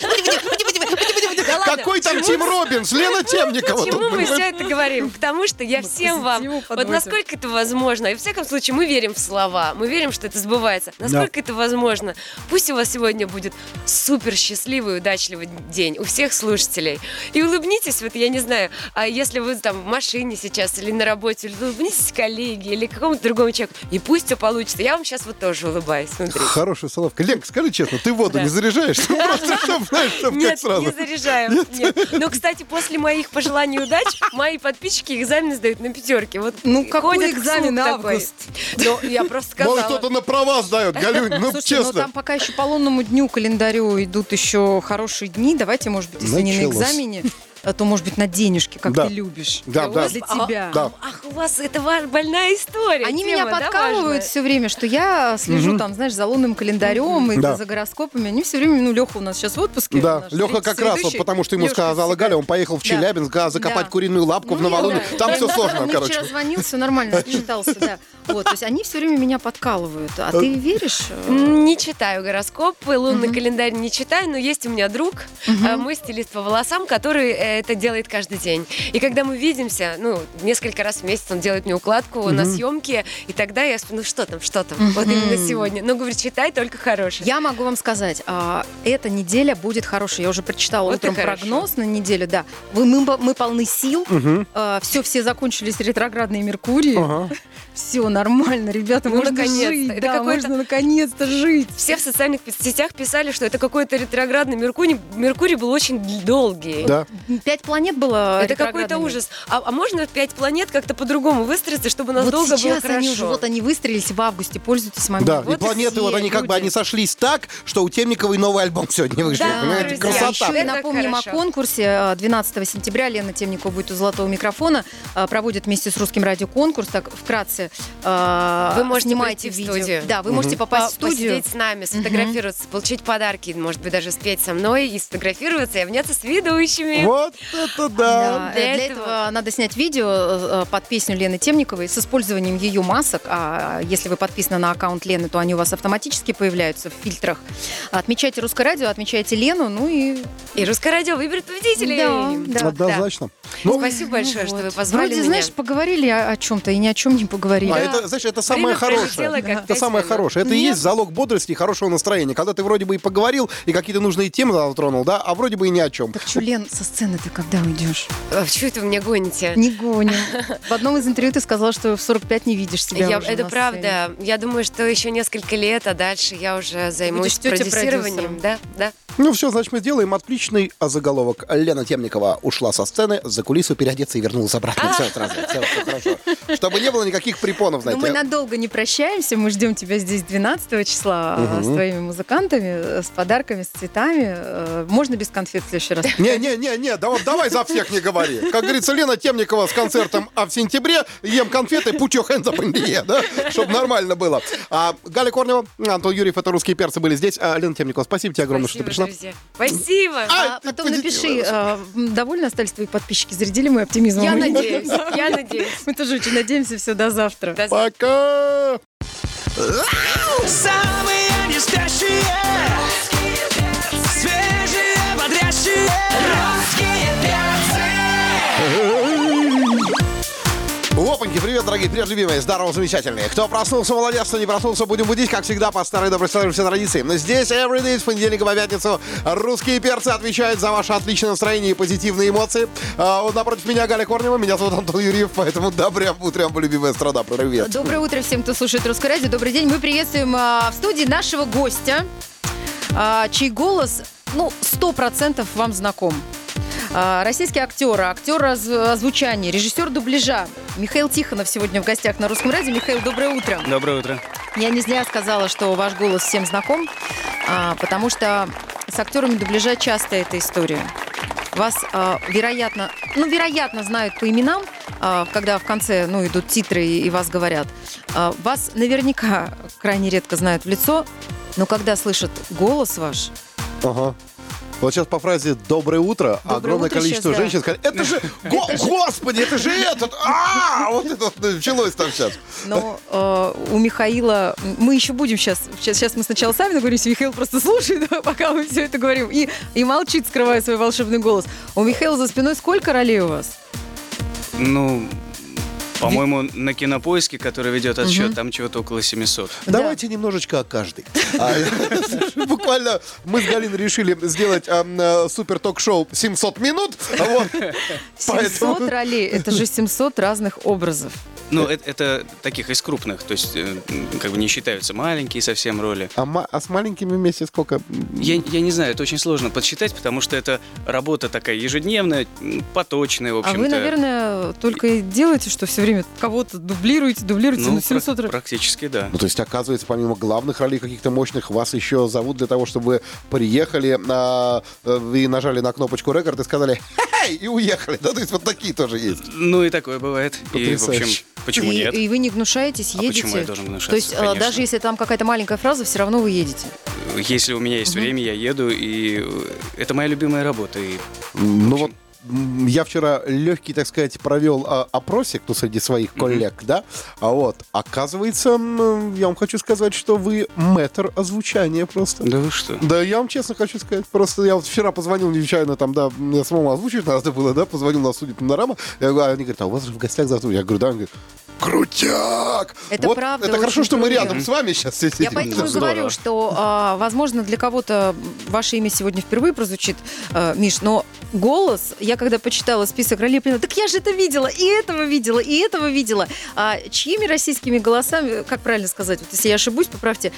Да ладно, Какой там Тим Робинс? Лена Темникова. Почему тут, мы понимаешь? все это говорим? К тому, что я всем вам, позитиву вот подводим. насколько это возможно, и в всяком случае мы верим в слова, мы верим, что это сбывается. Насколько это возможно? Пусть у вас сегодня будет супер счастливый, удачливый день у всех слушателей. И улыбнитесь, вот я не знаю, а если вы там в машине сейчас или на работе, или улыбнитесь коллеге или какому-то другому человеку, и пусть все получится. Я вам сейчас вот тоже улыбаюсь, смотрите. Хорошая установка. Ленка, скажи честно, ты воду Да. не заряжаешь? Просто чтобы, знаешь, чтобы как Нет, сразу. не заряжаем. Нет. Но, кстати, после моих пожеланий удач, мои подписчики экзамены сдают на 5. Вот Ну, какой ходит экзамен, слух такой. Август? Ну, я просто сказала. Может, кто-то на права сдает, Галюнь, ну Слушайте, ну честно. там пока еще по лунному дню календарю идут еще хорошие дни. Давайте, может быть, если не на Началось. экзамене, то, может быть, на денежки, как Да. ты любишь. Да, да. Для тебя. Да. Ах, у вас это больная история. Они тема, меня да, подкалывают важная? все время, что я слежу там, знаешь, за лунным календарем и Да. за гороскопами. Они все время, Леха у нас сейчас в отпуске. Да, наш Леха как раз, вот ведущий. потому что ему Лёшка сказала всегда. Галя, он поехал в Да. Челябинск закопать Да. куриную лапку в Новолуние. да. Там все Он сложно, мне короче. вчера звонил, все нормально, отчитался, да. Вот, то есть они все время меня подкалывают. А ты веришь? Не читаю гороскопы, лунный календарь не читаю, но есть у меня друг, мой стилист по волосам, который это делает каждый день. И когда мы видимся, ну, несколько раз в месяц он делает мне укладку на съемки, и тогда я спрашиваю, ну что там, вот именно сегодня. Ну, говорит, читай только хорошее. Я могу вам сказать, эта неделя будет хорошей. Я уже прочитала Вот утром и хорошо. прогноз на неделю, да. Мы полны сил. Все закончились ретроградные Меркурии. Все нормально, ребята, Ну, можно наконец-то. жить. Это Да, какой-то- можно наконец-то жить. Все в социальных сетях писали, что это какой-то ретроградный Меркурий. Меркурий был очень долгий. Да. 5 планет было Это какой-то ретроградными. ужас. А можно 5 планет как-то по-другому выстроиться, чтобы у нас Вот долго было сейчас хорошо? они уже, вот они выстрелились в августе, пользуйтесь моментом. Да, и Вот планеты, все вот они как бы, люди. они сошлись так, что у Темниковой новый альбом сегодня вышел. Да, Понимаете, друзья, красота. Еще и Это напомним хорошо. о конкурсе. 12 сентября Лена Темникова будет у «Золотого микрофона». Проводит вместе с Русским радио конкурс. Так, вкратце Вы можете снимайте прийти в видео. студию. Да, вы можете попасть в студию. Посидеть с нами, сфотографироваться, получить подарки, может быть, даже спеть со мной и сфотографироваться, и обняться с ведущими. Вот это да. Да, Для для этого- этого надо снять видео под песню Лены Темниковой с использованием ее масок. А если вы подписаны на аккаунт Лены, то они у вас автоматически появляются в фильтрах. Отмечайте «Русское радио», отмечайте Лену, ну и... И Русское радио выберет победителей. Да. Однозначно. Ну, Спасибо большое, что вы Вот. позвали Вроде, меня. знаешь, поговорили о чем-то и ни о чем не поговорили. а это, знаешь, это самое Время хорошее. пролетело, как Это пять самое минут. хорошее. Это и Нет. есть залог бодрости и хорошего настроения. Когда ты вроде бы и поговорил, и какие-то нужные темы затронул, да, а вроде бы и ни о чем. Так что, Лен, со сцены ты когда уйдешь? Что это вы мне гоните? Не гоним. В одном из интервью ты сказала, что в 45 не видишь себя уже Это на правда. Я думаю, что еще несколько лет, а дальше я уже займусь Будешь тетей продюсированием. продюсером. Да, да. Ну все, значит, мы сделаем отличный заголовок. Лена Темникова ушла со сцены, за кулису переодеться и вернулась обратно. Все сразу, все хорошо. Чтобы не было никаких препонов, Но знаете. мы надолго не прощаемся, мы ждем тебя здесь 12 числа с твоими музыкантами, с подарками, с цветами. Можно без конфет в следующий раз? Не, давай за всех не говори. Как говорится, Лена Темникова с концертом в сентябре, ем конфеты, put your hands up in the air, да? Чтобы нормально было. Галя Корнева, Антон Юрьев, это «Русские перцы» были здесь. Лена Темникова, спасибо тебе огромное, что ты пришла. Друзья. Спасибо. Потом напиши, довольны остались твои подписчики, зарядили мой оптимизм? Я надеюсь. Мы тоже очень надеемся. Все, до завтра. Пока! Самые не спящие, свежие, бодрящие, русские перцы. Опаньки, привет, дорогие, привет, любимые, здорово, замечательные. Кто проснулся, молодец, кто не проснулся, будем будить, как всегда, по старой доброй сложившейся традиции. Но здесь everyday с понедельника по пятницу русские перцы отвечают за ваше отличное настроение и позитивные эмоции. Вот напротив меня Галя Корнева, меня зовут Антон Юрьев, поэтому добрям утрям, любимая страна, привет. Доброе утро всем, кто слушает «Русское радио». Добрый день. Мы приветствуем в студии нашего гостя, чей голос, 100% вам знаком. Российский актер озвучания, режиссер дубляжа Михаил Тихонов сегодня в гостях на Русском радио. Михаил, доброе утро. Доброе утро. Я не зря сказала, что ваш голос всем знаком, потому что с актерами дубляжа часто эта история. Вас, вероятно, знают по именам, когда в конце идут титры и вас говорят. Вас наверняка крайне редко знают в лицо, но когда слышат голос ваш... Ага. Вот сейчас по фразе «доброе утро» огромное утро количество сейчас, да. женщин сказали: это же, господи, это же этот! Вот это вот началось там сейчас. Но у Михаила... Мы еще будем сейчас мы сначала сами наговоримся, Михаил просто слушает, пока мы все это говорим, и молчит, скрывая свой волшебный голос. У Михаила за спиной сколько ролей у вас? По-моему, на Кинопоиске, который ведет отсчет, там чего-то около 700. Давайте немножечко о каждой. Буквально мы с Галиной решили сделать супер ток-шоу 700 минут. 700 ролей, это же 700 разных образов. Это таких из крупных, то есть как бы не считаются маленькие совсем роли. А с маленькими вместе сколько? Я не знаю, это очень сложно подсчитать, потому что это работа такая ежедневная, поточная, в общем-то. А вы, наверное, только и делаете, что все время кого-то дублируете, 700 раз. Практически, да. То есть, оказывается, помимо главных ролей каких-то мощных, вас еще зовут для того, чтобы вы приехали и нажали на кнопочку рекорд и сказали «Хей!» и уехали. Да, то есть вот такие тоже есть. И такое бывает. И, в общем, почему нет? И вы не гнушаетесь, едете? Почему я должен гнушаться? То есть, конечно. даже если там какая-то маленькая фраза, все равно вы едете? Если у меня есть время, я еду, и это моя любимая работа. И, я вчера легкий, так сказать, провел опросик среди своих коллег, да? Оказывается, я вам хочу сказать, что вы мэтр озвучания просто. Да вы что? Да, я вам честно хочу сказать. Просто я вчера позвонил нечаянно, мне самому озвучивать надо было, да? Позвонил на студию «Панорама». Они говорят: а у вас же в гостях завтра. Я говорю: да. Они говорят: крутяк! Это правда. Это хорошо, что мы круто. рядом с вами сейчас сидим. Я поэтому и говорю, что, возможно, для кого-то ваше имя сегодня впервые прозвучит, Миш, но голос, я когда почитала список ролей, поняла: так я же это видела, и этого видела, и этого видела. Чьими российскими голосами, как правильно сказать, вот если я ошибусь, поправьте.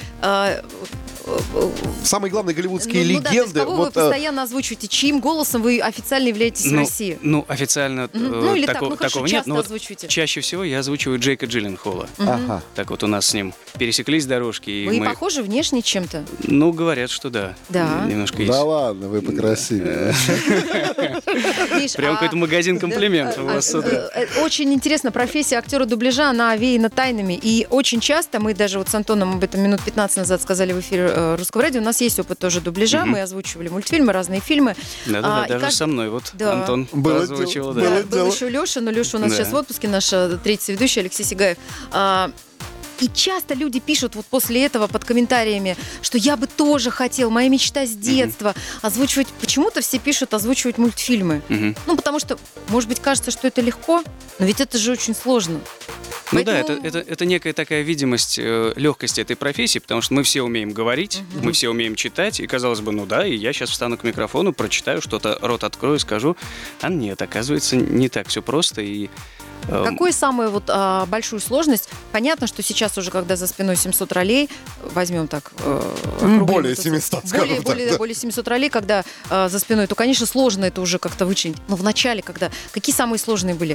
Самые главные голливудские то есть легенды. кого вы постоянно озвучиваете? Чьим голосом вы официально являетесь в России? Официально или такого хорошо, нет. часто озвучиваете. Чаще всего я озвучиваю Джейка Джилленхола. Ага. Так вот у нас с ним пересеклись дорожки. И Вы мы... похожи внешне чем-то? Говорят, что да. Да. Немножко есть. Да ладно, вы покрасивее. Миш, Прям какой-то магазин комплиментов у вас с утра. Очень интересно, профессия актера дубляжа, она овеяна тайнами. И очень часто, мы даже вот с Антоном об этом минут 15 назад сказали в эфире Русского радио, у нас есть опыт тоже дубляжа, мы озвучивали мультфильмы, разные фильмы. Да, даже со мной Антон озвучивал. Был еще Леша, но Леша у нас сейчас в отпуске, наш третий ведущий Алексей Сигаев. И часто люди пишут вот после этого под комментариями, что я бы тоже хотел, моя мечта с детства озвучивать. Почему-то все пишут озвучивать мультфильмы. Потому что, может быть, кажется, что это легко, но ведь это же очень сложно. Поэтому... Да, это некая такая видимость легкости этой профессии, потому что мы все умеем говорить, мы все умеем читать, и казалось бы, и я сейчас встану к микрофону, прочитаю что-то, рот открою, скажу, а нет, оказывается, не так все просто, и Какую самую вот большую сложность? Понятно, что сейчас уже, когда за спиной 700 ролей, возьмем так... Более 700, скажем так. Более 700 ролей, когда за спиной, то, конечно, сложно это уже как-то вычленить. Но в начале, когда... Какие самые сложные были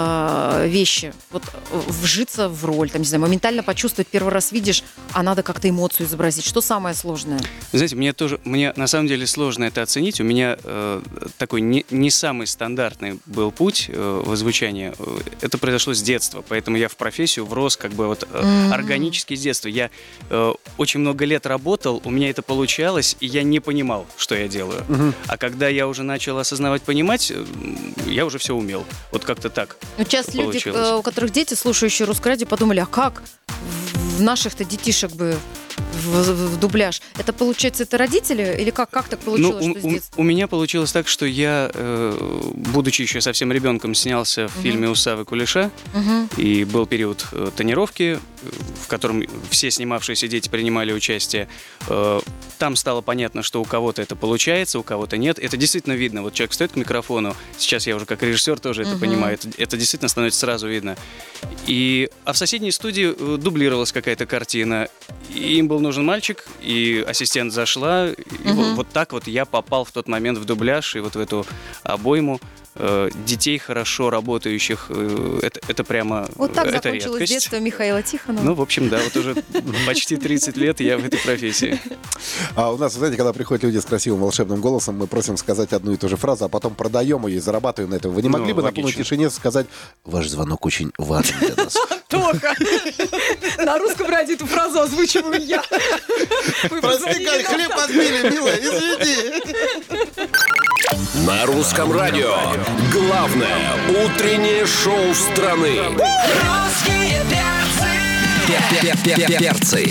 вещи? Вот вжиться в роль, там, не знаю, моментально почувствовать, первый раз видишь, а надо как-то эмоцию изобразить. Что самое сложное? Знаете, мне на самом деле сложно это оценить. У меня такой не самый стандартный был путь в озвучании. Это произошло с детства, поэтому я в профессию врос как бы вот органически с детства. Я очень много лет работал, у меня это получалось, и я не понимал, что я делаю. А когда я уже начал осознавать, понимать, я уже все умел. Вот как-то так. Ну, сейчас люди, у которых дети, слушающие русское радио, подумали, а как в наших-то детишек бы в дубляж? Это, получается, это родители? Или как так получилось, что с детства? У меня получилось так, что я, будучи еще совсем ребенком, снялся в фильме «У Савы Кулеша». И был период тонировки, в котором все снимавшиеся дети принимали участие. Там стало понятно, что у кого-то это получается, у кого-то нет. Это действительно видно. Вот человек стоит к микрофону, сейчас я уже как режиссер тоже это понимаю, это действительно становится сразу видно. А в соседней студии дублировалась какая-то картина. Им был нужен мальчик, и ассистент зашла. И вот так вот я попал в тот момент в дубляж и вот в эту обойму. Детей хорошо работающих, это прямо вот так это закончилось редкость. Детство Михаила Тихонова. Ну, в общем, да, вот уже почти 30 лет я в этой профессии. А у нас, знаете, когда приходят люди с красивым волшебным голосом, мы просим сказать одну и ту же фразу, а потом продаем ее и зарабатываем на этом. Вы не могли бы на полной тишине сказать: ваш звонок очень важен для нас? Только на русском радио эту фразу озвучиваю я. Прости, Кать, хлеб подбили, милая, извини. На русском радио главное утреннее шоу страны. Русские Перцы.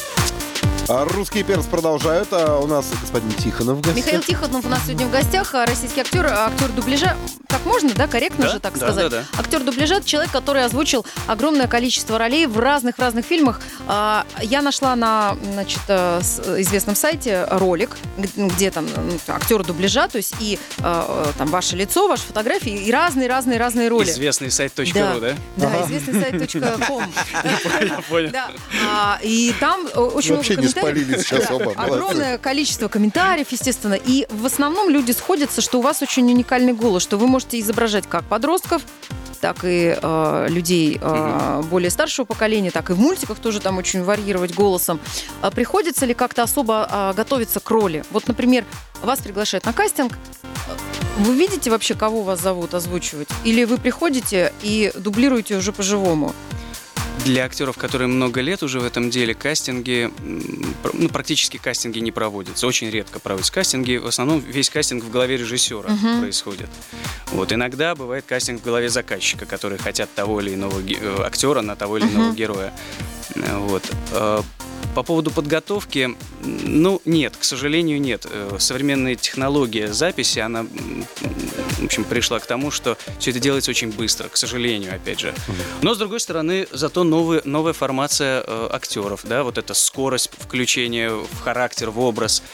А русские перцы продолжают. А у нас господин Тихонов в гостях. Михаил Тихонов у нас сегодня в гостях, российский актер дубляжа. Так можно, да? Корректно же так сказать? Да. Актер дубляжа, человек, который озвучил огромное количество ролей в разных фильмах. Я нашла на, известном сайте ролик, где там актер дубляжа, то есть и там ваше лицо, ваши фотографии и разные роли. Известный сайт .ру, да? Да, известный сайт .com. Я понял. И там очень много Вообще не комментариев. спалились сейчас оба. Огромное количество комментариев, естественно. И в основном люди сходятся, что у вас очень уникальный голос, что вы можете изображать как подростков, так и людей более старшего поколения, так и в мультиках тоже там очень варьировать голосом. Приходится ли как-то особо готовиться к роли? Вот, например, вас приглашают на кастинг. Вы видите вообще, кого вас зовут озвучивать? Или вы приходите и дублируете уже по-живому? Для актеров, которые много лет уже в этом деле, кастинги, практически кастинги не проводятся. Очень редко проводятся кастинги. В основном весь кастинг в голове режиссера происходит. Вот. Иногда бывает кастинг в голове заказчика, которые хотят того или иного актера на того или иного героя. Вот. По поводу подготовки, нет, к сожалению, нет. Современная технология записи, она, в общем, пришла к тому, что все это делается очень быстро, к сожалению, опять же. Но, с другой стороны, зато новая формация актеров, да, вот эта скорость включения в характер, в образ.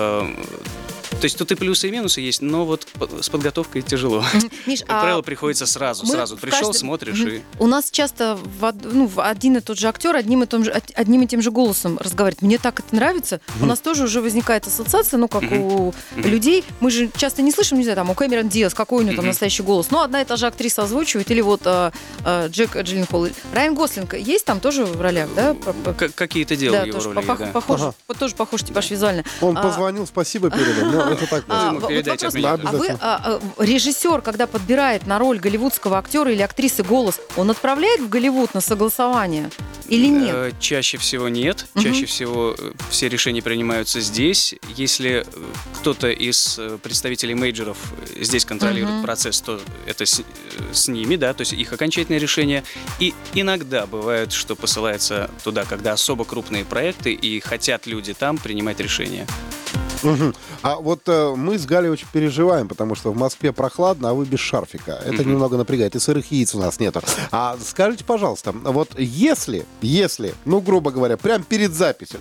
То есть тут и плюсы, и минусы есть, но вот с подготовкой тяжело. Миш, как правило, приходится сразу. Пришел, смотришь и... У нас часто один и тот же актер одним и тем же голосом разговаривает. Мне так это нравится. У нас тоже уже возникает ассоциация, как у людей. Мы же часто не слышим, не знаю, там у Кэмерон Диас, какой у него там настоящий голос. Но одна и та же актриса озвучивает. Или вот Джек Джилленхол. Райан Гослинг есть там тоже в ролях, да? Какие-то делал его роли, да. Тоже похож типаж визуально. Он позвонил, спасибо передал. Это так передайте от меня. А вы, режиссер, когда подбирает на роль голливудского актера или актрисы голос, он отправляет в Голливуд на согласование или нет? Чаще всего нет. Чаще всего все решения принимаются здесь. Если кто-то из представителей мейджоров здесь контролирует процесс, то это с ними, да, то есть их окончательное решение. И иногда бывает, что посылается туда, когда особо крупные проекты и хотят люди там принимать решения. А вот мы с Галей очень переживаем, потому что в Москве прохладно, а вы без шарфика. Это немного напрягает, и сырых яиц у нас нету. А скажите, пожалуйста, вот если, ну, грубо говоря, прям перед записью,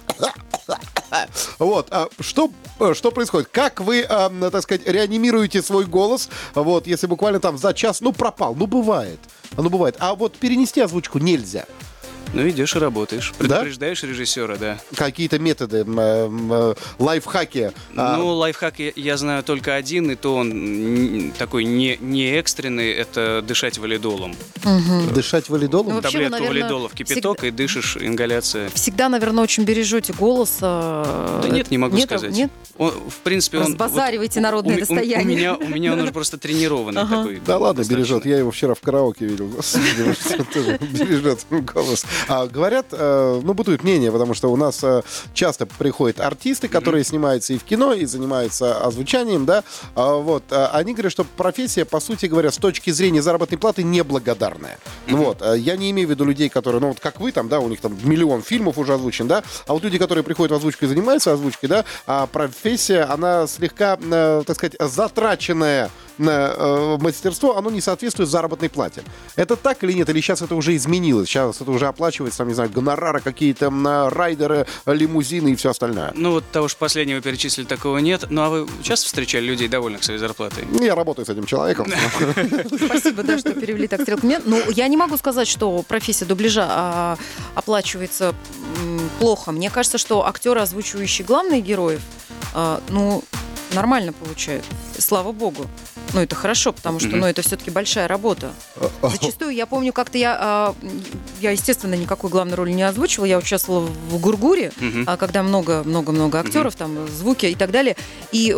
вот, что происходит? Как вы, так сказать, реанимируете свой голос, вот, если буквально там за час, ну, пропал, ну, бывает. А вот перенести озвучку нельзя. Ну, идешь и работаешь. Предупреждаешь режиссера, да. Какие-то методы, лайфхаки. Ну, лайфхак я знаю только один, и то он такой не экстренный, это дышать валидолом. Дышать валидолом? Ну, вообще, Таблетку вы, наверное, валидола в кипяток и дышишь, ингаляция. Всегда, наверное, очень бережете голос. Да нет, не могу сказать. Нет? В принципе, он... Разбазаривайте народное достояние. У меня он уже просто тренированный такой. Да ладно, достаточно. бережет. Я его вчера в караоке видел. Господи, тоже бережет голос. Говорят, ну, бытует мнение, потому что у нас часто приходят артисты, которые снимаются и в кино, и занимаются озвучанием, да. Вот. Они говорят, что профессия, по сути говоря, с точки зрения заработной платы неблагодарная. Вот. Я не имею в виду людей, которые, ну, вот как вы там, да, у них там миллион фильмов уже озвучен, да. А вот люди, которые приходят в озвучку и занимаются озвучкой, да, а профессия, она слегка, так сказать, затраченная мастерство, оно не соответствует заработной плате. Это так или нет? Или сейчас это уже изменилось? Сейчас это уже оплачивается, там, не знаю, гонорары какие-то, райдеры, лимузины и все остальное. Ну, вот того же последнего перечислили, такого нет. Ну, а вы часто встречали людей, довольных своей зарплатой? Я работаю с этим человеком. Спасибо, да, что перевели так стрелками. Ну, я не могу сказать, что профессия дубляжа оплачивается плохо. Мне кажется, что актеры, озвучивающие главных героев, ну, нормально получают. Слава богу. Ну, это хорошо, потому что, ну, это все-таки большая работа. Зачастую, я помню, как-то я, естественно, никакой главной роли не озвучивала. Я участвовала в «Гургуре», когда много-много актеров, там, звуки и так далее. И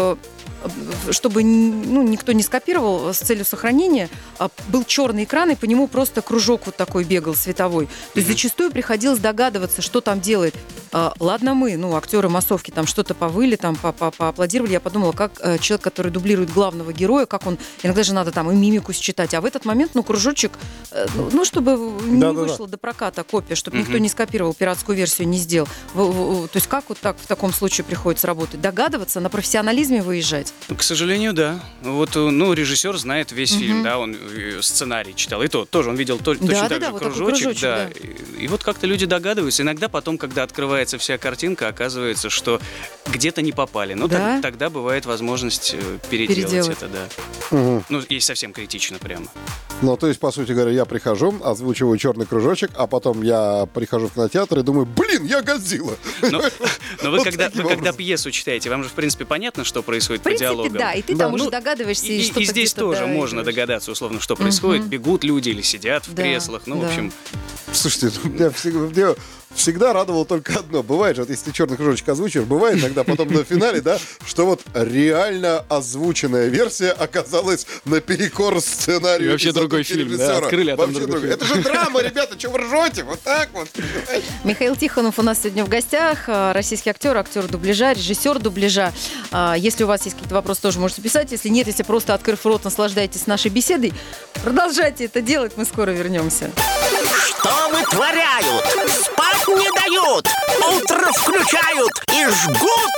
чтобы, ну, никто не скопировал, с целью сохранения, был черный экран, и по нему просто кружок вот такой бегал световой. То есть зачастую приходилось догадываться, что там делает. Ладно мы, ну, актеры массовки, там что-то повыли, там поаплодировали. Я подумала, как человек, который дублирует главного героя, как он, иногда же надо там и мимику считать. А в этот момент, ну, кружочек, ну, чтобы не вышло до проката копия, чтобы никто не скопировал, пиратскую версию не сделал. То есть как вот так в таком случае приходится работать? Догадываться, на профессионализме выезжать? К сожалению, да. Вот, ну, режиссер знает весь фильм, да, он сценарий читал, и то тоже он видел точно так же вот кружочек, да. да. И вот как-то люди догадываются. Иногда потом, когда открывается вся картинка, оказывается, что где-то не попали. Но Да? тогда бывает возможность переделать это, да. Ну, если совсем критично прямо. Ну, то есть, по сути говоря, я прихожу, озвучиваю черный кружочек, а потом я прихожу в кинотеатр и думаю, блин, я Годзилла. Но вы Вот когда таким образом. пьесу читаете, вам же, в принципе, понятно, что происходит В по принципе, диалогам. да, и ты Да. там уже Ну, догадываешься. И что-то здесь где-то, тоже да, можно играешь. догадаться, условно, что происходит. Бегут люди или сидят в Да, креслах. Ну, в да. общем, Слушайте, меня всегда радовало только одно. Бывает же, вот если ты черный кружочек озвучиваешь, бывает иногда потом на финале, да, что вот реально озвученная версия оказалась наперекор сценарию. И вообще другой фильм, да, режиссера. открыли, а там Вообще другой другой. Это же драма, ребята, что вы ржете? Вот так вот. Михаил Тихонов у нас сегодня в гостях, российский актер дубляжа, режиссер дубляжа. Если у вас есть какие-то вопросы, тоже можете писать. Если нет, если просто, открыв рот, наслаждаетесь нашей беседой, продолжайте это делать, мы скоро вернемся. Что вытворяют? Спать не дают. Утро включают и жгут.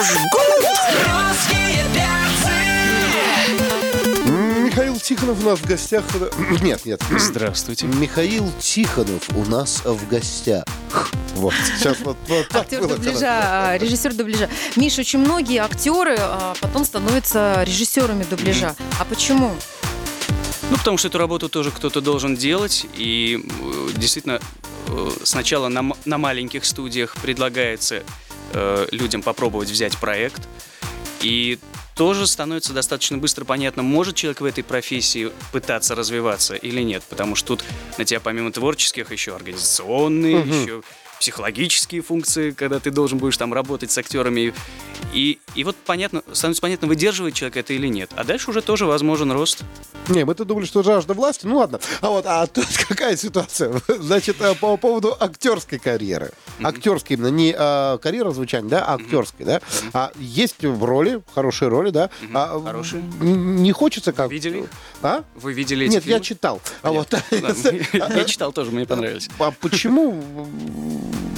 Русские перцы. Михаил Тихонов у нас в гостях. Нет. здравствуйте. Михаил Тихонов у нас в гостях. Вот, сейчас вот так Актер было. дубляжа, режиссер дубляжа. Миш, очень многие актеры потом становятся режиссерами дубляжа. А почему? Ну, потому что эту работу тоже кто-то должен делать. И действительно, сначала на маленьких студиях предлагается людям попробовать взять проект. И тоже становится достаточно быстро понятно, может человек в этой профессии пытаться развиваться или нет. Потому что тут на тебя помимо творческих еще организационные, еще психологические функции, когда ты должен будешь там работать с актерами. И вот становится понятно, выдерживает человек это или нет. А дальше уже тоже возможен рост. Не, мы-то думали, что жажда власти. Ну ладно. А тут какая ситуация? Значит, по поводу актерской карьеры. Актерской именно, не карьера звучания, да, а актерской, да. Есть роли, хорошие роли, да. Хорошие. Не хочется как... Видели их? А? Вы видели эти Нет, фильмы? я читал. Понятно. Я читал тоже, мне понравились. А почему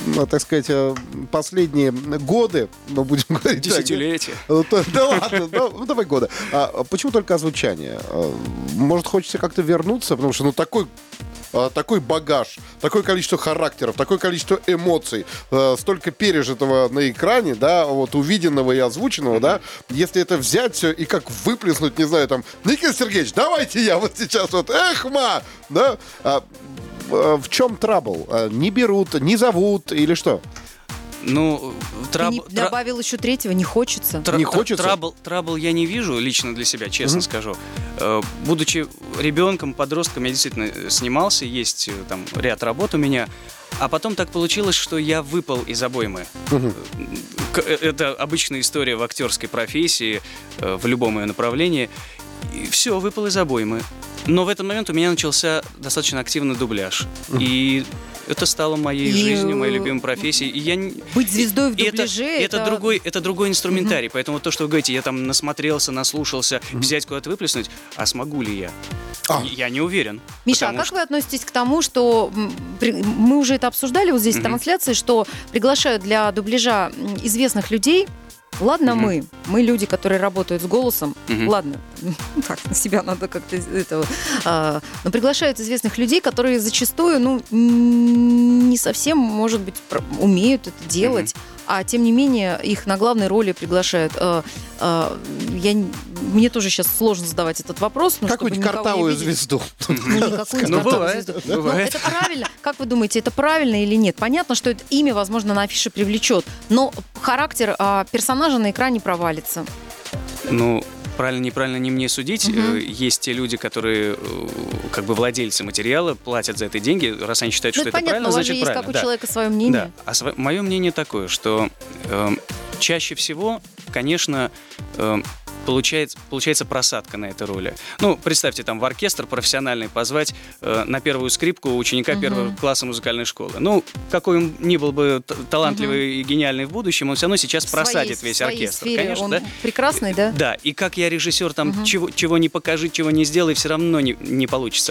так сказать, последние годы, мы будем говорить... Десятилетия. Да ладно, ну давай годы. Почему только озвучание? Может, хочется как-то вернуться, потому что, такой багаж, такое количество характеров, такое количество эмоций, столько пережитого на экране, да, вот увиденного и озвученного, да, если это взять все и как выплеснуть, не знаю, там, Никита Сергеевич, давайте я вот сейчас вот, да, в чем трабл? Не берут, не зовут или что? Ну, Ты не добавил еще третьего, не хочется. Не хочется? Трабл я не вижу лично для себя, честно скажу. Будучи ребенком, подростком, я действительно снимался, есть там ряд работ у меня, а потом так получилось, что я выпал из обоймы. Это обычная история в актерской профессии, в любом ее направлении. И все, выпал из обоймы. Но в этот момент у меня начался достаточно активный дубляж. И это стало моей жизнью, моей любимой профессией. И я... Быть звездой в дубляже это другой инструментарий. Поэтому то, что вы говорите, я там насмотрелся, наслушался, взять куда-то выплеснуть, а смогу ли я? Я не уверен. Миша, а как вы относитесь к тому, что мы уже это обсуждали вот здесь в трансляции, что приглашают для дубляжа известных людей? Ладно, мы люди, которые работают с голосом, ладно, так, на себя надо как-то но приглашают известных людей, которые зачастую, не совсем, может быть, умеют это делать, а тем не менее их на главной роли приглашают. Мне тоже сейчас сложно задавать этот вопрос. Какую-нибудь картавую звезду. Бывает. Это правильно. Как вы думаете, это правильно или нет? Понятно, что это имя, возможно, на афише привлечет, но характер персонажа на экране провалится. Правильно, неправильно не мне судить. Есть те люди, которые как бы владельцы материала, платят за это деньги. Раз они считают, что это понятно, правильно, значит правильно. У вас же есть, как у человека, свое мнение. Да. А мое мнение такое, что чаще всего, конечно, получается просадка на этой роли. Представьте, там в оркестр профессиональный позвать на первую скрипку ученика первого класса музыкальной школы. Какой он ни был бы талантливый и гениальный в будущем, он все равно сейчас просадит весь оркестр. Сфере конечно, он да? Прекрасный, да? Да, и как я режиссер, там чего не покажи, чего не сделай, все равно не получится.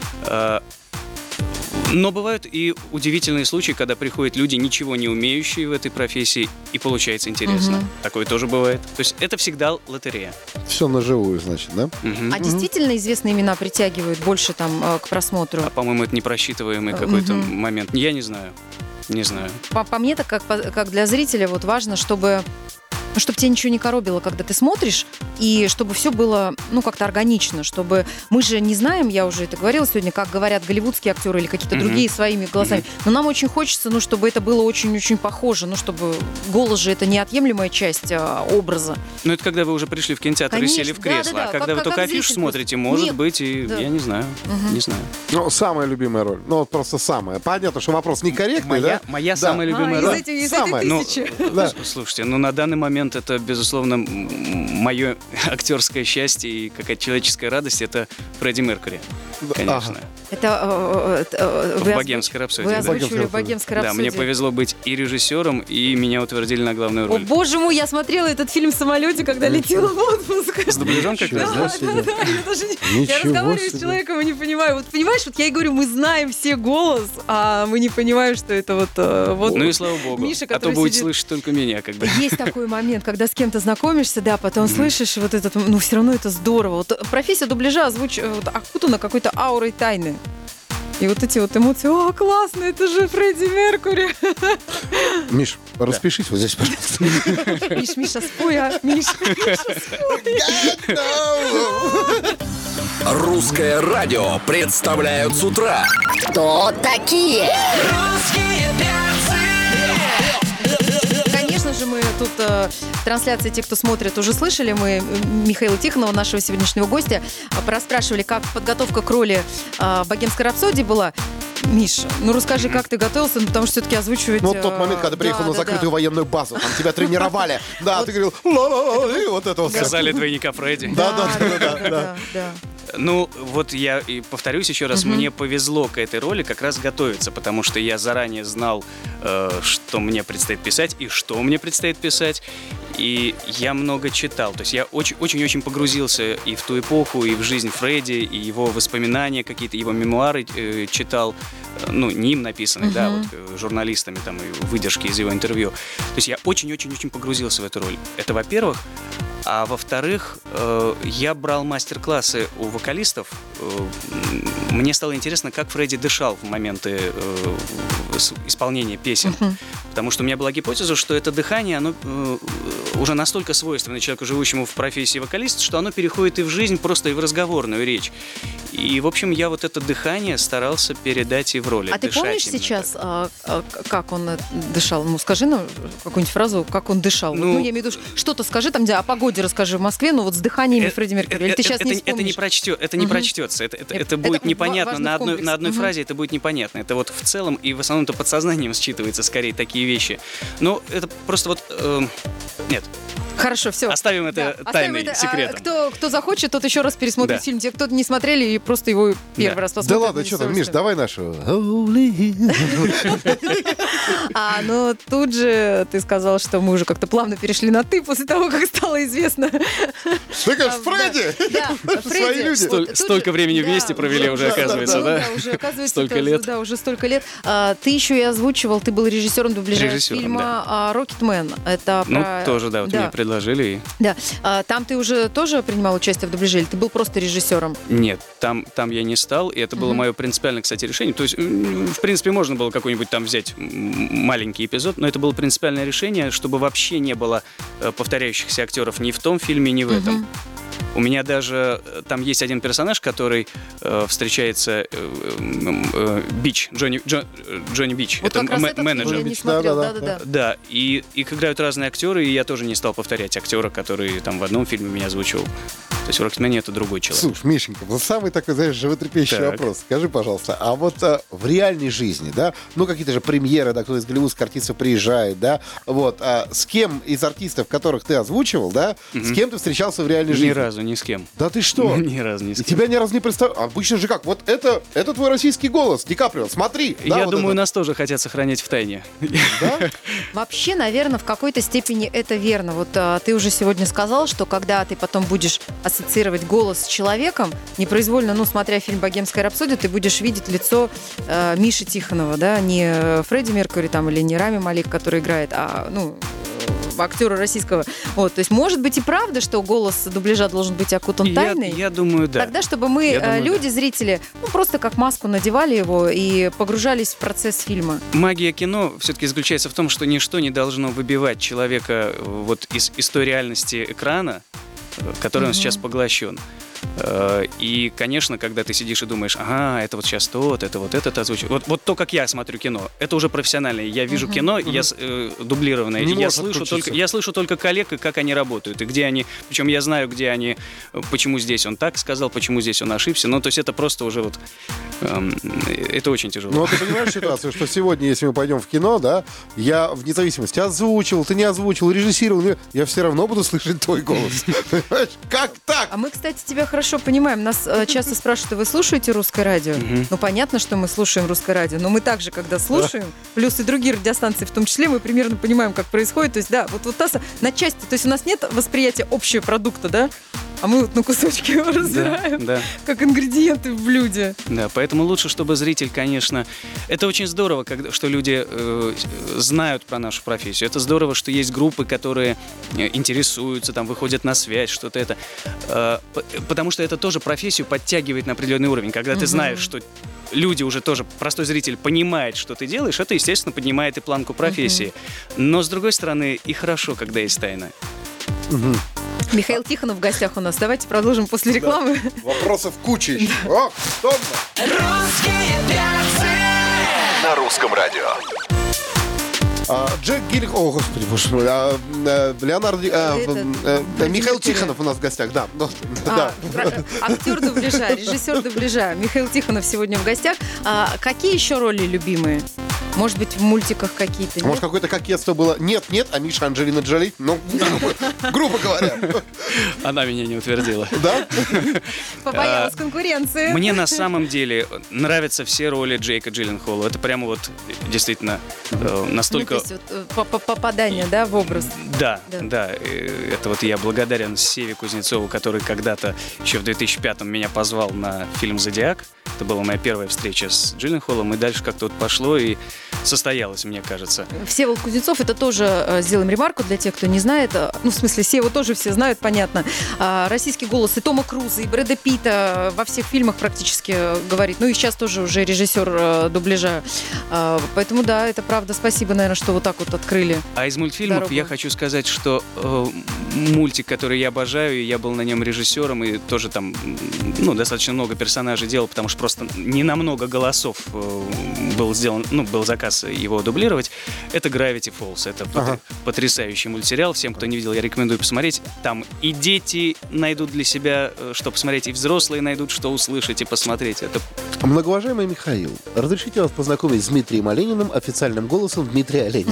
Но бывают и удивительные случаи, когда приходят люди, ничего не умеющие в этой профессии, и получается интересно. Такое тоже бывает. То есть это всегда лотерея. Все наживую, значит, да? А действительно известные имена притягивают больше там к просмотру? По-моему, это непросчитываемый какой-то момент. Я не знаю. Не знаю. По мне, так как для зрителя важно, чтобы тебя ничего не коробило, когда ты смотришь, и чтобы все было, как-то органично, чтобы... Мы же не знаем, я уже это говорила сегодня, как говорят голливудские актеры или какие-то другие своими голосами, но нам очень хочется, чтобы это было очень-очень похоже, чтобы голос же это неотъемлемая часть образа. Это когда вы уже пришли в кинотеатр и сели в кресло, да. А когда вы только афишу смотрите, может быть, и я не знаю, не знаю. Самая любимая роль, просто самая. Понятно, что вопрос некорректный, да? Моя самая любимая роль. Из этой тысячи. Слушайте, на данный момент это, безусловно, мое актерское счастье и какая-то человеческая радость — это Фредди Меркьюри, конечно. Это в «Богемской рапсодии». Вы озвучивали в «Богемской рапсодии». Да, мне повезло быть и режиссером, и меня утвердили на главную роль. О, боже мой, я смотрела этот фильм в самолете, когда летела в отпуск. С дубляжом как раз, да? Я разговариваю с человеком и не понимаю. Понимаешь, я и говорю, мы знаем все голос, а мы не понимаем, что это вот и слава богу, Миша, а то будет слышать только меня. Когда. Есть такой момент, когда с кем-то знакомишься, да, потом слышишь вот этот, все равно это здорово. Профессия дубляжа окутана какой-то аурой тайны. И эти эмоции, классно, это же Фредди Меркьюри. Миш, распишись вот здесь, пожалуйста. Миша, спой, Миша, спой. Русское радио представляют с утра. Кто такие? Русские перцы. Конечно же, мы тут трансляции, те, кто смотрит, уже слышали. Мы Михаила Тихонова, нашего сегодняшнего гостя, порасспрашивали, как подготовка к роли «Богемской рапсодии» была. Миша, расскажи, как ты готовился, потому что все-таки озвучивать... тот момент, когда ты приехал на закрытую военную базу, там тебя тренировали. Да, ты говорил, ла-ла-ла, и вот это вот. Сказали двойника Фредди. Да. Ну, вот я и повторюсь еще раз, мне повезло к этой роли как раз готовиться, потому что я заранее знал, что мне предстоит писать и что мне предстоит писать, и я много читал. То есть я очень-очень погрузился и в ту эпоху, и в жизнь Фредди, и его воспоминания какие-то, его мемуары читал, ну, не им написанные, да, вот журналистами, там, и выдержки из его интервью. То есть я очень-очень-очень погрузился в эту роль. Это во-первых. А во-вторых, я брал мастер-классы у вокалистов. Мне стало интересно, как Фредди дышал в моменты исполнения песен. Потому что у меня была гипотеза, что это дыхание, оно уже настолько свойственно человеку, живущему в профессии вокалиста, что оно переходит и в жизнь, просто и в разговорную речь. И, в общем, я вот это дыхание старался передать и в роли. А ты помнишь сейчас, как он дышал? Ну, скажи нам какую-нибудь фразу, как он дышал. Ну, я имею в виду, что-то скажи там, где о погоде расскажи в Москве, ну вот с дыханиями Фредди Меркьюри. Или ты сейчас не вспомнишь? Это не прочтется. Это будет непонятно. На одной фразе это будет непонятно. Это вот в целом, и в основном это подсознанием считывается скорее такие вещи. Но это просто вот... Нет. Хорошо, все. Оставим это тайной, секретом. Кто захочет, тот еще раз пересмотрит фильм. Те, кто не смотрели, и просто его первый раз посмотрят. Да ладно, что там, Миш, давай нашу. Но тут же ты сказал, что мы уже как-то плавно перешли на «ты» после того, как стало известно. Ты как Фредди! Да, Свои люди. Столько времени вместе провели уже, оказывается, да? Уже, оказывается, столько лет. Да, уже столько лет. Ты еще и озвучивал, ты был режиссером дубляжа фильма «Рокетмен». Это ну, тоже, да, вот мне предложили. Да. Там ты уже тоже принимал участие в дубляже, или ты был просто режиссером? Нет, там я не стал, и это было мое принципиальное, кстати, решение. То есть, в принципе, можно было какой-нибудь там взять маленький эпизод, но это было принципиальное решение, чтобы вообще не было повторяющихся актеров ни в том фильме, ни в этом. У меня даже там есть один персонаж, который встречается Бич, Джонни Бич. Вот это менеджер. Я не смотрел, да. И их играют разные актеры, и я тоже не стал повторять актера, который там в одном фильме меня озвучивал. То есть в «Рокетмене» это другой человек. Слушай, Мишенька, вот самый такой, знаешь, животрепещущий вопрос. Скажи, пожалуйста, а вот в реальной жизни, да, ну какие-то же премьеры, да, кто из голливудских артистов приезжает, да, вот, с кем из артистов, которых ты озвучивал, да, с кем ты встречался в реальной жизни? Ни разу, ни с кем. Да ты что? Ни разу, ни с кем. Тебя ни разу не представляют? Обычно же как? Вот это твой российский голос, Ди Каприо, смотри. Я думаю, нас тоже хотят сохранять в тайне. Да? Вообще, наверное, в какой-то степени это верно. Вот ты уже сегодня сказал, что когда ты потом будешь ассоциировать голос с человеком, непроизвольно, ну, смотря фильм «Богемская рапсодия», ты будешь видеть лицо Миши Тихонова, да, не Фредди Меркьюри там или не Рами Малик, который играет, а, ну, актера российского. Вот, то есть, может быть и правда, что голос дубляжа должен быть окутан тайной? Я думаю, да. Тогда, чтобы мы, люди, зрители, ну, просто как маску надевали его и погружались в процесс фильма. Магия кино все-таки заключается в том, что ничто не должно выбивать человека вот из той реальности экрана, которой он сейчас поглощен. И, конечно, когда ты сидишь и думаешь, ага, это вот сейчас тот, это вот этот озвучивает. Вот то, как я смотрю кино, это уже профессионально. Я вижу кино, я дублированное, и я слышу только коллег, и как они работают, и где они. Причем я знаю, где они, почему здесь он так сказал, почему здесь он ошибся. Ну, то есть это просто уже вот... это очень тяжело. Ну, ты понимаешь ситуацию, что сегодня, если мы пойдем в кино, да, я вне зависимости озвучивал, ты не озвучил, режиссировал, я все равно буду слышать твой голос. Понимаешь? Как так? А мы, кстати, тебя хорошо понимаем. Нас часто спрашивают, вы слушаете русское радио? Ну, понятно, что мы слушаем русское радио, но мы также, когда слушаем, плюс и другие радиостанции в том числе, мы примерно понимаем, как происходит. То есть, да, вот Таса на части, то есть у нас нет восприятия общего продукта, да? А мы вот на кусочки его разбираем, как ингредиенты в блюде. Да, поэтому лучше, чтобы зритель, конечно... Это очень здорово, что люди знают про нашу профессию. Это здорово, что есть группы, которые интересуются, там, выходят на связь, что-то это. Потому что это тоже профессию подтягивает на определенный уровень. Когда ты знаешь, что люди уже тоже, простой зритель понимает, что ты делаешь, это, естественно, поднимает и планку профессии. Но, с другой стороны, и хорошо, когда есть тайна. Михаил Тихонов в гостях у нас. Давайте продолжим после рекламы. Да. Вопросов куча еще. О, удобно. Русские перцы На русском радио. Джек Гиллик... О, господи, боже мой. Михаил Тихонов у нас в гостях, да. Актер дубляжа, режиссер дубляжа. Михаил Тихонов сегодня в гостях. Какие еще роли любимые? Может быть, в мультиках какие-то. Может, Нет? какое-то кокетство было? Нет, а Миша Анджелина Джоли? Ну, грубо говоря. Она меня не утвердила. Да? Побоялась конкуренции. Мне на самом деле нравятся все роли Джейка Джилленхола. Это прямо вот действительно Ну, настолько... то есть попадание, да, в образ. Да, Да. да. Это вот я благодарен Севе Кузнецову, который когда-то еще в 2005-м меня позвал на фильм «Зодиак». Это была моя первая встреча с Джилленхолом, и дальше как-то вот пошло и состоялось, мне кажется. Всеволод Кузнецов, это тоже, сделаем ремарку для тех, кто не знает, ну, в смысле, Севу тоже все знают, понятно. Российский голос и Тома Круза, и Брэда Питта во всех фильмах практически говорит. Ну, и сейчас тоже уже режиссер дубляжа. Поэтому, да, это правда. Спасибо, наверное, что вот так вот открыли. А из мультфильмов Дорогу. я хочу сказать, что мультик, который я обожаю, и я был на нем режиссером, и тоже там, ну, достаточно много персонажей делал, потому что просто не на много голосов был сделан, ну, был заказ его дублировать. Это Gravity Falls. Это потрясающий мультсериал. Всем, кто не видел, я рекомендую посмотреть. Там и дети найдут для себя, что посмотреть, и взрослые найдут, что услышать и посмотреть. Это Многоуважаемый Михаил, разрешите вас познакомить с Дмитрием Олениным, официальным голосом Дмитрия Оленина.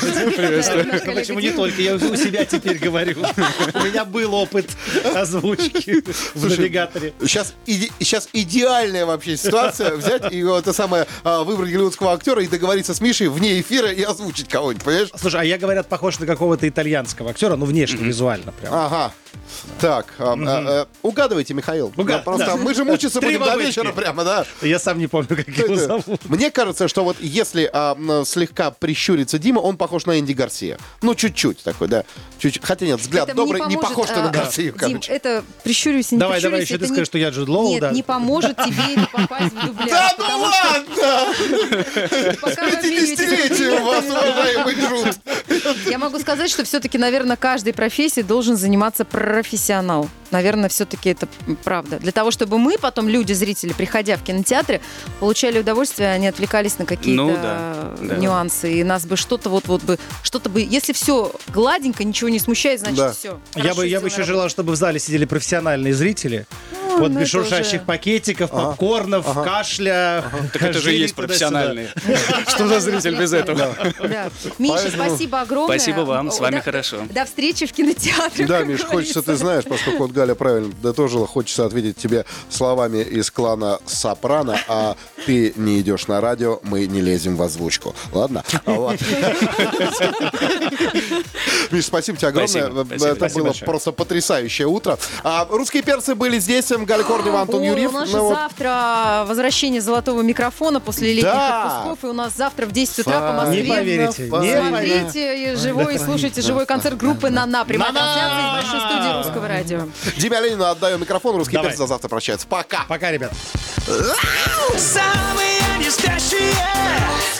Ну, почему не только? Я у себя теперь говорю. У меня был опыт озвучки в навигаторе. Сейчас идеальная вообще ситуация взять и вот это самое выбрать голливудского актера и договориться с Мишей вне эфира и озвучить кого-нибудь, понимаешь? Слушай, а я, говорят, похож на какого-то итальянского актера, ну, внешне, визуально прям. Ага. Так, угадывайте, Михаил. Просто да. мы же мучиться Три будем до попытки. вечера прямо, да? Я сам не помню, как его зовут. Мне кажется, что вот если слегка прищурится Дима, он похож на Энди Гарсия. Ну, чуть-чуть такой, да. Чуть-чуть. Хотя нет, взгляд Это мне добрый, не поможет, похож ты на Гарсию, Дим, короче. это прищурюсь и не Давай, прищурюсь, еще это ты скажешь, что я Джуд Лоу, Нет, да? не поможет тебе не попасть в дубляж. Да ну потому что ладно! пока вы обмениваетесь 50-летие у вас, уважаемый Джуд. Я могу сказать, что все-таки, наверное, каждой профессии должен заниматься профессионал. Наверное, все-таки это правда. Для того, чтобы мы потом, люди, зрители, приходя в кинотеатры, получали удовольствие, они отвлекались на какие-то Ну да. нюансы. И нас бы что-то что-то бы... Если все гладенько, ничего не смущает, значит Да. все. Я бы еще желал, чтобы в зале сидели профессиональные зрители. Вот ну без это шуршащих уже- пакетиков, попкорнов, кашля. Так это же хождений есть туда-сюда. профессиональные. Что за зритель без этого? Да. Миша, Поэтому- спасибо огромное. Спасибо вам, с вами До- хорошо. До встречи в кинотеатре. Да, как Миш, хочется, говорится. ты знаешь, поскольку вот Галя правильно дотожила, хочется ответить тебе словами из клана Сопрано, а ты не идешь на радио, мы не лезем в озвучку. Ладно? Вот. Миш, спасибо тебе огромное. Спасибо, спасибо. Это Спасибо было большое. просто потрясающее утро. Русские перцы были здесь. Галя Корнева, Антон Ой, Юрьев. у нас же Ну вот. завтра возвращение золотого микрофона после летних Да. отпусков. И у нас завтра в 10 утра по Москве. Не поверите, не поверите. Смотрите живой и слушайте живой концерт группы «Нана». Прямая трансляция из большой студии Русского радио. Диме Оленину отдаю микрофон. Русские Давай. перцы завтра прощаются. Пока. Пока, ребят. Самые не спящие